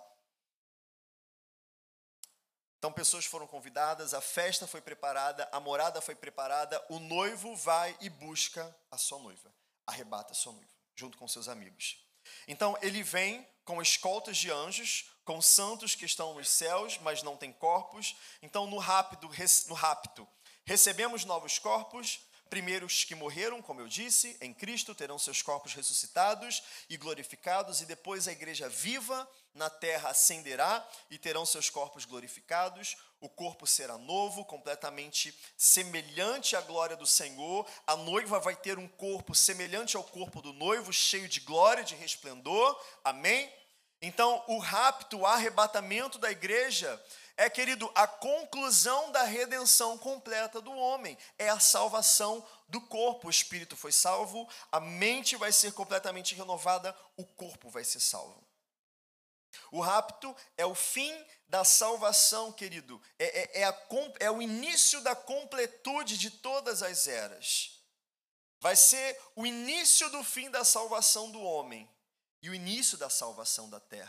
Então, pessoas foram convidadas, a festa foi preparada, a morada foi preparada, o noivo vai e busca a sua noiva, arrebata a sua noiva, junto com seus amigos. Então, ele vem com escoltas de anjos, com santos que estão nos céus, mas não têm corpos. Então, no rapto, no rapto, recebemos novos corpos. Primeiro os que morreram, como eu disse, em Cristo, terão seus corpos ressuscitados e glorificados, e depois a igreja viva na terra ascenderá e terão seus corpos glorificados. O corpo será novo, completamente semelhante à glória do Senhor. A noiva vai ter um corpo semelhante ao corpo do noivo, cheio de glória, de resplendor. Amém? Então, o rapto, o arrebatamento da igreja é, querido, a conclusão da redenção completa do homem. É a salvação do corpo. O espírito foi salvo, a mente vai ser completamente renovada, o corpo vai ser salvo. O rapto é o fim da salvação, querido. É, é, é, a, é o início da completude de todas as eras. Vai ser o início do fim da salvação do homem e o início da salvação da terra.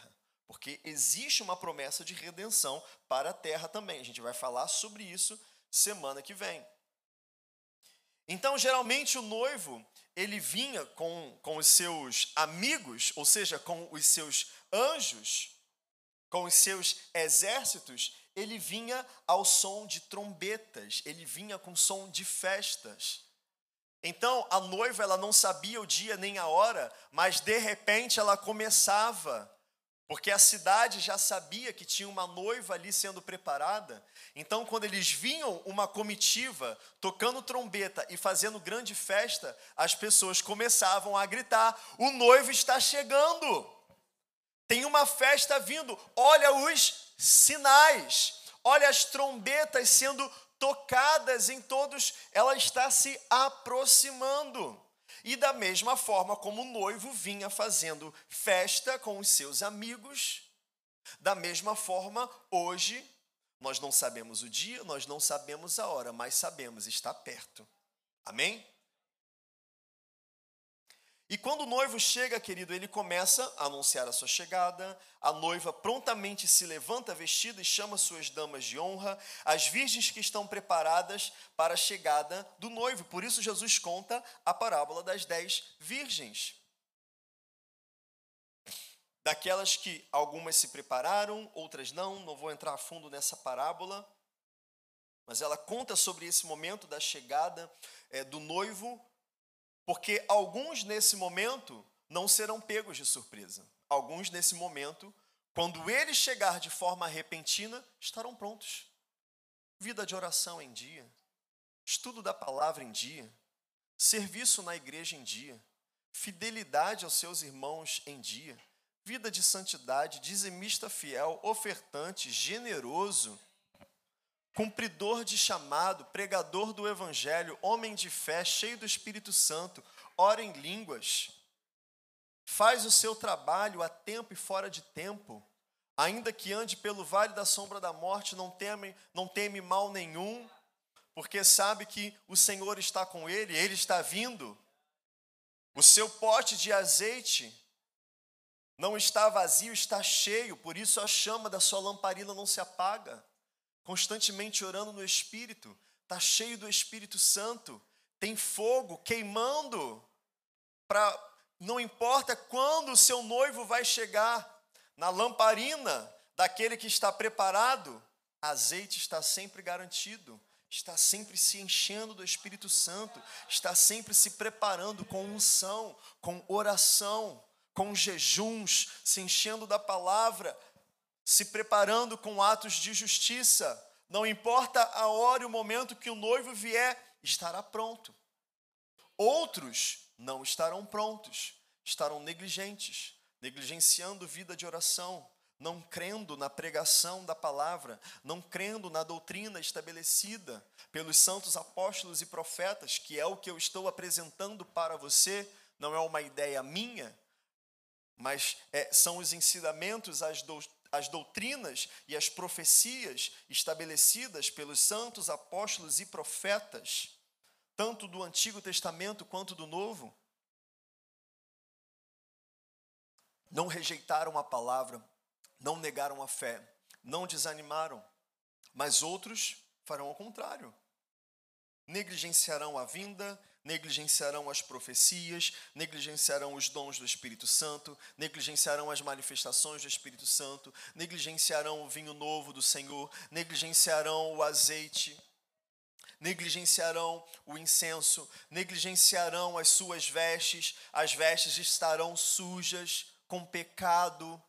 Porque existe uma promessa de redenção para a terra também. A gente vai falar sobre isso semana que vem. Então, geralmente, o noivo, ele vinha com, com os seus amigos, ou seja, com os seus anjos, com os seus exércitos, ele vinha ao som de trombetas, ele vinha com som de festas. Então, a noiva, ela não sabia o dia nem a hora, mas, de repente, ela começava, porque a cidade já sabia que tinha uma noiva ali sendo preparada. Então, quando eles vinham uma comitiva, tocando trombeta e fazendo grande festa, as pessoas começavam a gritar: o noivo está chegando, tem uma festa vindo, olha os sinais, olha as trombetas sendo tocadas em todos, ela está se aproximando. E da mesma forma como o noivo vinha fazendo festa com os seus amigos, da mesma forma, hoje, nós não sabemos o dia, nós não sabemos a hora, mas sabemos, está perto. Amém? E quando o noivo chega, querido, ele começa a anunciar a sua chegada, a noiva prontamente se levanta vestida e chama suas damas de honra, as virgens que estão preparadas para a chegada do noivo. Por isso Jesus conta a parábola das dez virgens. Daquelas que algumas se prepararam, outras não, não vou entrar a fundo nessa parábola, mas ela conta sobre esse momento da chegada é, do noivo, porque alguns nesse momento não serão pegos de surpresa. Alguns nesse momento, quando ele chegar de forma repentina, estarão prontos. Vida de oração em dia, estudo da palavra em dia, serviço na igreja em dia, fidelidade aos seus irmãos em dia, vida de santidade, dizimista fiel, ofertante, generoso, cumpridor de chamado, pregador do evangelho, homem de fé, cheio do Espírito Santo, ora em línguas, faz o seu trabalho a tempo e fora de tempo, ainda que ande pelo vale da sombra da morte, não teme, não teme mal nenhum, porque sabe que o Senhor está com ele, ele está vindo. O seu pote de azeite não está vazio, está cheio, por isso a chama da sua lamparina não se apaga. Constantemente orando no Espírito, está cheio do Espírito Santo, tem fogo queimando, pra, não importa quando o seu noivo vai chegar, na lamparina daquele que está preparado, azeite está sempre garantido, está sempre se enchendo do Espírito Santo, está sempre se preparando com unção, com oração, com jejuns, se enchendo da palavra, se preparando com atos de justiça. Não importa a hora e o momento que o noivo vier, estará pronto. Outros não estarão prontos, estarão negligentes, negligenciando vida de oração, não crendo na pregação da palavra, não crendo na doutrina estabelecida pelos santos apóstolos e profetas, que é o que eu estou apresentando para você, não é uma ideia minha, mas é, são os ensinamentos, as doutrinas, as doutrinas e as profecias estabelecidas pelos santos apóstolos e profetas, tanto do Antigo Testamento quanto do Novo. Não rejeitaram a palavra, não negaram a fé, não desanimaram, mas outros farão ao contrário. Negligenciarão a vinda, negligenciarão as profecias, negligenciarão os dons do Espírito Santo, negligenciarão as manifestações do Espírito Santo, negligenciarão o vinho novo do Senhor, negligenciarão o azeite, negligenciarão o incenso, negligenciarão as suas vestes, as vestes estarão sujas com pecado,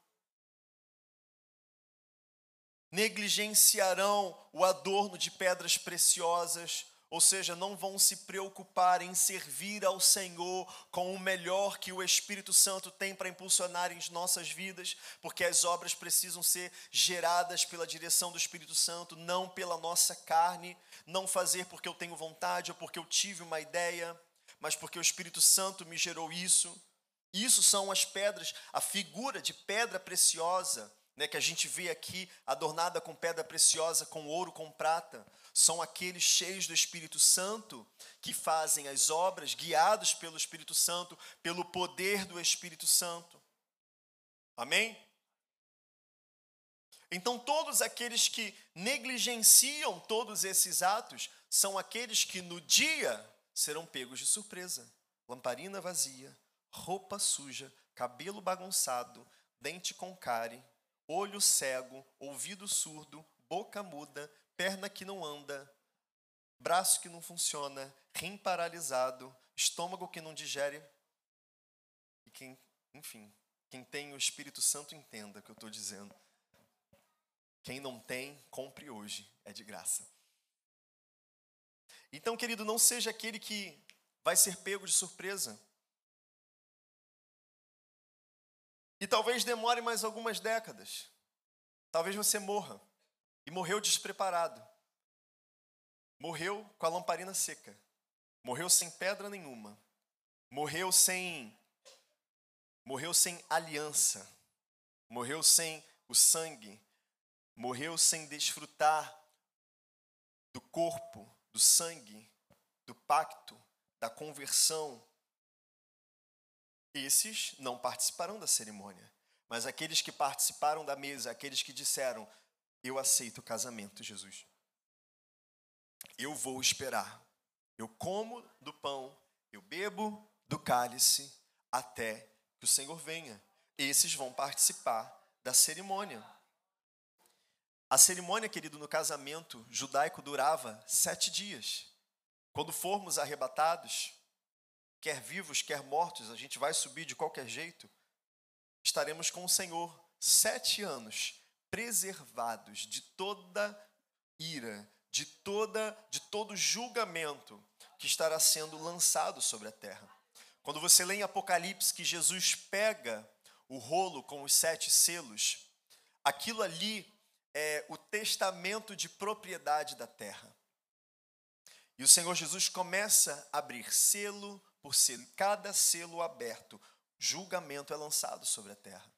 negligenciarão o adorno de pedras preciosas, ou seja, não vão se preocupar em servir ao Senhor com o melhor que o Espírito Santo tem para impulsionar em nossas vidas, porque as obras precisam ser geradas pela direção do Espírito Santo, não pela nossa carne, não fazer porque eu tenho vontade ou porque eu tive uma ideia, mas porque o Espírito Santo me gerou isso. Isso são as pedras, a figura de pedra preciosa, né, que a gente vê aqui, adornada com pedra preciosa, com ouro, com prata, são aqueles cheios do Espírito Santo que fazem as obras, guiados pelo Espírito Santo, pelo poder do Espírito Santo. Amém? Então, todos aqueles que negligenciam todos esses atos são aqueles que no dia serão pegos de surpresa. Lamparina vazia, roupa suja, cabelo bagunçado, dente com cárie, olho cego, ouvido surdo, boca muda, perna que não anda, braço que não funciona, rim paralisado, estômago que não digere. E quem, enfim, quem tem o Espírito Santo entenda o que eu estou dizendo. Quem não tem, compre hoje, é de graça. Então, querido, não seja aquele que vai ser pego de surpresa. E talvez demore mais algumas décadas. Talvez você morra. E morreu despreparado. Morreu com a lamparina seca. Morreu sem pedra nenhuma. Morreu sem, morreu sem aliança. Morreu sem o sangue. Morreu sem desfrutar do corpo, do sangue, do pacto, da conversão. Esses não participarão da cerimônia, mas aqueles que participaram da mesa, aqueles que disseram, eu aceito o casamento, Jesus. Eu vou esperar. Eu como do pão, eu bebo do cálice, até que o Senhor venha. Esses vão participar da cerimônia. A cerimônia, querido, no casamento judaico durava sete dias. Quando formos arrebatados, quer vivos, quer mortos, a gente vai subir de qualquer jeito, estaremos com o Senhor sete anos, preservados de toda ira, de, toda, de todo julgamento que estará sendo lançado sobre a terra. Quando você lê em Apocalipse que Jesus pega o rolo com os sete selos, aquilo ali é o testamento de propriedade da terra. E o Senhor Jesus começa a abrir selo por selo. Cada selo aberto, julgamento é lançado sobre a terra.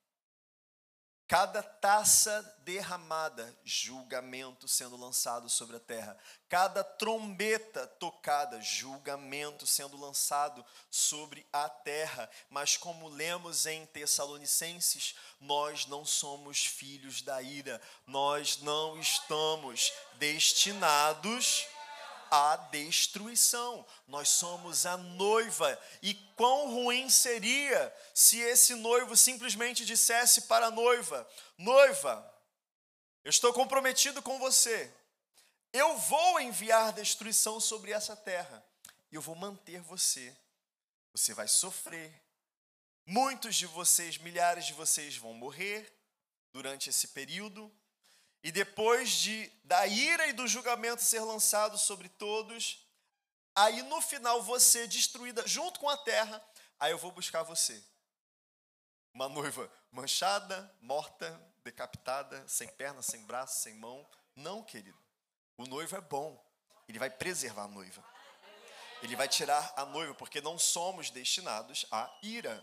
Cada taça derramada, julgamento sendo lançado sobre a terra. Cada trombeta tocada, julgamento sendo lançado sobre a terra. Mas como lemos em Tessalonicenses, nós não somos filhos da ira. Nós não estamos destinados à destruição. Nós somos a noiva. E quão ruim seria se esse noivo simplesmente dissesse para a noiva, noiva, eu estou comprometido com você. Eu vou enviar destruição sobre essa terra. E eu vou manter você. Você vai sofrer. Muitos de vocês, milhares de vocês vão morrer durante esse período. E depois de, da ira e do julgamento ser lançado sobre todos, aí no final você destruída junto com a terra, aí eu vou buscar você. Uma noiva manchada, morta, decapitada, sem perna, sem braço, sem mão. Não, querido. O noivo é bom. Ele vai preservar a noiva. Ele vai tirar a noiva, porque não somos destinados à ira.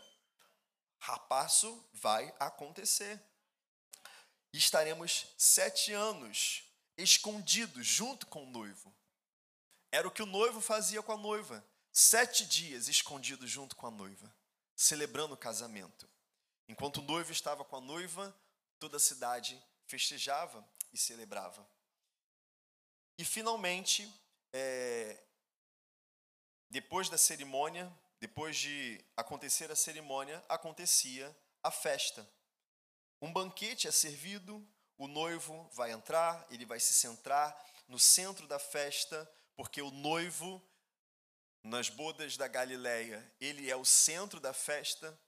Rapaço vai acontecer. E estaremos sete anos escondidos junto com o noivo. Era o que o noivo fazia com a noiva. Sete dias escondidos junto com a noiva, celebrando o casamento. Enquanto o noivo estava com a noiva, toda a cidade festejava e celebrava. E finalmente, é, depois da cerimônia, depois de acontecer a cerimônia, acontecia a festa. Um banquete é servido, o noivo vai entrar, ele vai se centrar no centro da festa, porque o noivo, nas bodas da Galileia, ele é o centro da festa.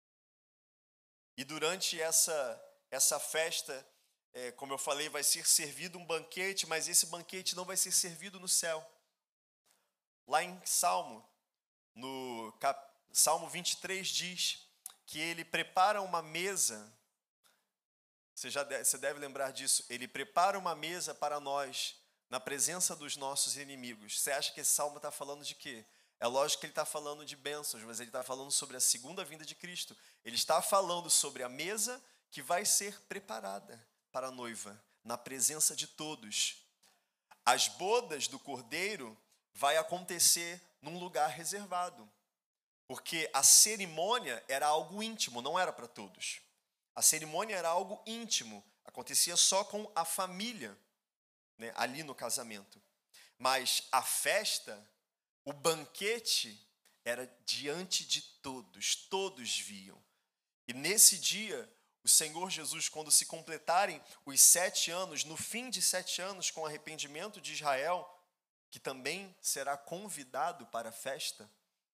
E durante essa, essa festa, é, como eu falei, vai ser servido um banquete, mas esse banquete não vai ser servido no céu. Lá em Salmo, no cap, Salmo vinte e três diz que ele prepara uma mesa. Você, já deve, você deve lembrar disso. Ele prepara uma mesa para nós, na presença dos nossos inimigos. Você acha que esse salmo está falando de quê? É lógico que ele está falando de bênçãos, mas ele está falando sobre a segunda vinda de Cristo. Ele está falando sobre a mesa que vai ser preparada para a noiva, na presença de todos. As bodas do Cordeiro vai acontecer num lugar reservado, porque a cerimônia era algo íntimo, não era para todos. A cerimônia era algo íntimo. acontecia só com a família, né, ali no casamento. Mas a festa, o banquete, era diante de todos, todos viam. E nesse dia, o Senhor Jesus, quando se completarem os sete anos, no fim de sete anos, com arrependimento de Israel, que também será convidado para a festa,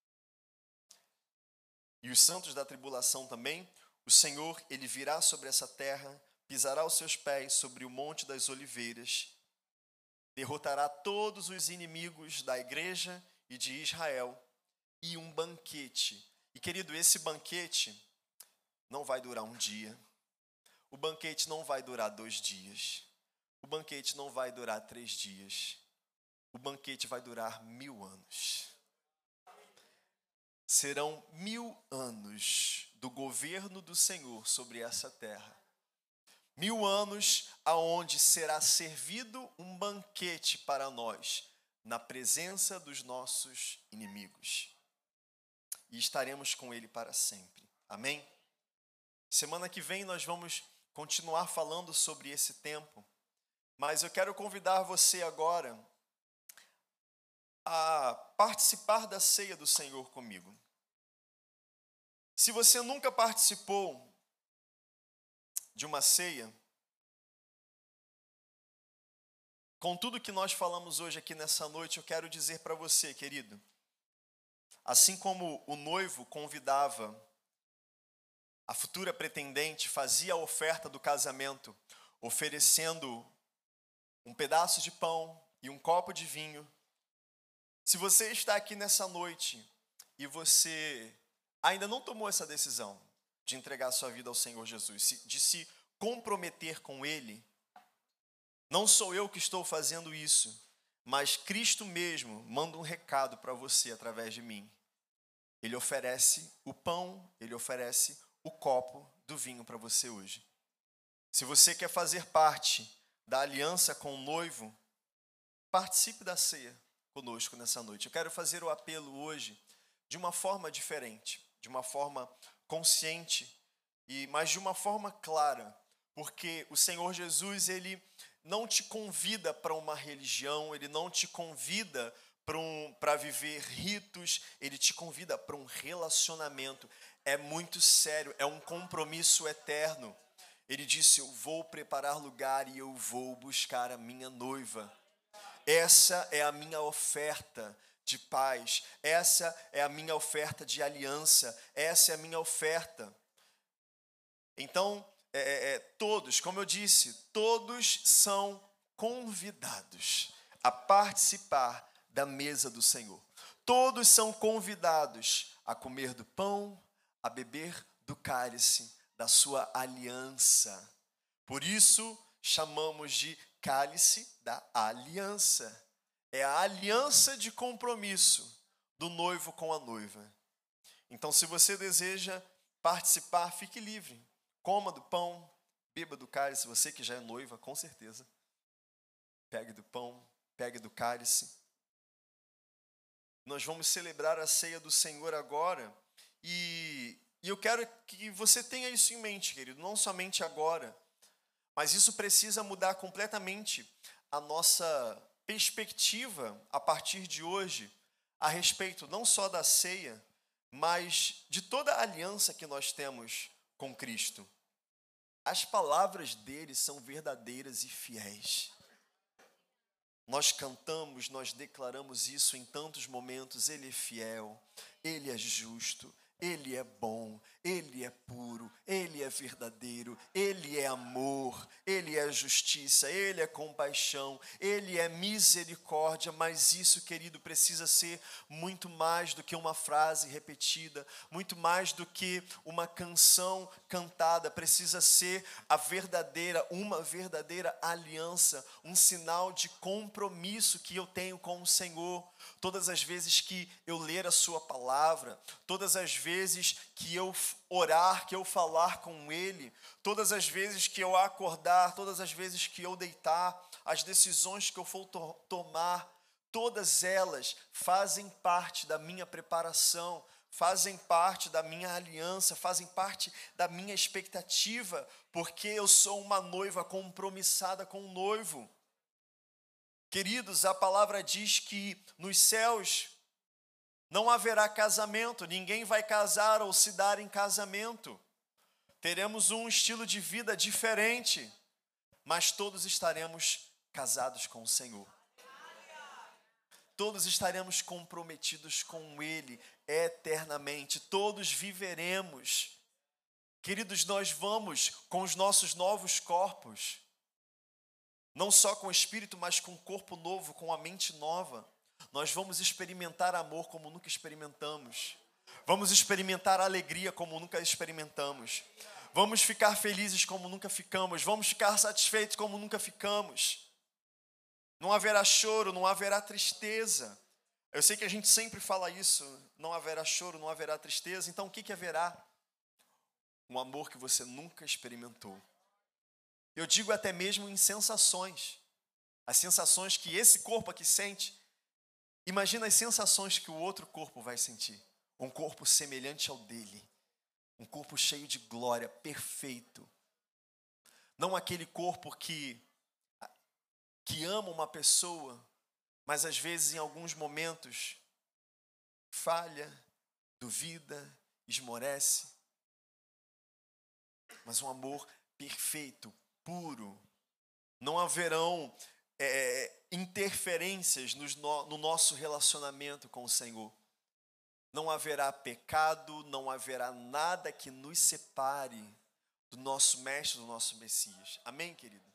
e os santos da tribulação também, o Senhor, ele virá sobre essa terra, pisará os seus pés sobre o monte das oliveiras, derrotará todos os inimigos da igreja e de Israel, e um banquete. E querido, esse banquete não vai durar um dia, o banquete não vai durar dois dias, o banquete não vai durar três dias, o banquete vai durar mil anos. Serão mil anos do governo do Senhor sobre essa terra. Mil anos aonde será servido um banquete para nós, na presença dos nossos inimigos. E estaremos com Ele para sempre. Amém? Semana que vem nós vamos continuar falando sobre esse tempo, mas eu quero convidar você agora a participar da ceia do Senhor comigo. Se você nunca participou de uma ceia, com tudo que nós falamos hoje aqui nessa noite, eu quero dizer para você, querido, assim como o noivo convidava a futura pretendente, fazia a oferta do casamento, oferecendo um pedaço de pão e um copo de vinho. Se você está aqui nessa noite e você ainda não tomou essa decisão de entregar sua vida ao Senhor Jesus, de se comprometer com Ele, não sou eu que estou fazendo isso, mas Cristo mesmo manda um recado para você através de mim. Ele oferece o pão, Ele oferece o copo do vinho para você hoje. Se você quer fazer parte da aliança com o noivo, participe da ceia conosco nessa noite. Eu quero fazer o apelo hoje de uma forma diferente, de uma forma consciente, e mas de uma forma clara, porque o Senhor Jesus, Ele não te convida para uma religião, Ele não te convida para um, para viver ritos, Ele te convida para um relacionamento. É muito sério, é um compromisso eterno. Ele disse, eu vou preparar lugar e eu vou buscar a minha noiva. Essa é a minha oferta de paz, essa é a minha oferta de aliança, essa é a minha oferta. Então, é, é, todos, como eu disse, todos são convidados a participar da mesa do Senhor. Todos são convidados a comer do pão, a beber do cálice da sua aliança. Por isso, chamamos de cálice da aliança. É a aliança de compromisso do noivo com a noiva. Então, se você deseja participar, fique livre. Coma do pão, beba do cálice. Você que já é noiva, com certeza. Pegue do pão, pegue do cálice. Nós vamos celebrar a ceia do Senhor agora. E, e eu quero que você tenha isso em mente, querido. Não somente agora. Mas isso precisa mudar completamente a nossa perspectiva a partir de hoje a respeito não só da ceia, mas de toda a aliança que nós temos com Cristo. As palavras dele são verdadeiras e fiéis. Nós cantamos, nós declaramos isso em tantos momentos. Ele é fiel, ele é justo, ele é bom, ele é puro, ele é verdadeiro, ele é amor, ele é justiça, ele é compaixão, ele é misericórdia. Mas isso, querido, precisa ser muito mais do que uma frase repetida, muito mais do que uma canção cantada. Precisa ser a verdadeira, uma verdadeira aliança, um sinal de compromisso que eu tenho com o Senhor. Todas as vezes que eu ler a sua palavra, todas as vezes que eu orar, que eu falar com Ele, todas as vezes que eu acordar, todas as vezes que eu deitar, as decisões que eu for to- tomar, todas elas fazem parte da minha preparação, fazem parte da minha aliança, fazem parte da minha expectativa, porque eu sou uma noiva compromissada com o noivo. Queridos, a palavra diz que nos céus não haverá casamento, ninguém vai casar ou se dar em casamento. Teremos um estilo de vida diferente, mas todos estaremos casados com o Senhor. Todos estaremos comprometidos com Ele eternamente. Todos viveremos. Queridos, nós vamos com os nossos novos corpos. Não só com o espírito, mas com o corpo novo, com a mente nova. Nós vamos experimentar amor como nunca experimentamos. Vamos experimentar alegria como nunca experimentamos. Vamos ficar felizes como nunca ficamos. Vamos ficar satisfeitos como nunca ficamos. Não haverá choro, não haverá tristeza. Eu sei que a gente sempre fala isso, não haverá choro, não haverá tristeza. Então o que que haverá? Um amor que você nunca experimentou. Eu digo até mesmo em sensações. As sensações que esse corpo aqui sente. Imagina as sensações que o outro corpo vai sentir. Um corpo semelhante ao dele. Um corpo cheio de glória, perfeito. Não aquele corpo que... que ama uma pessoa, mas às vezes em alguns momentos falha, duvida, esmorece. Mas um amor perfeito, puro. Não haverão é, interferências nos no, no nosso relacionamento com o Senhor. Não haverá pecado, não haverá nada que nos separe do nosso Mestre, do nosso Messias. Amém, querido?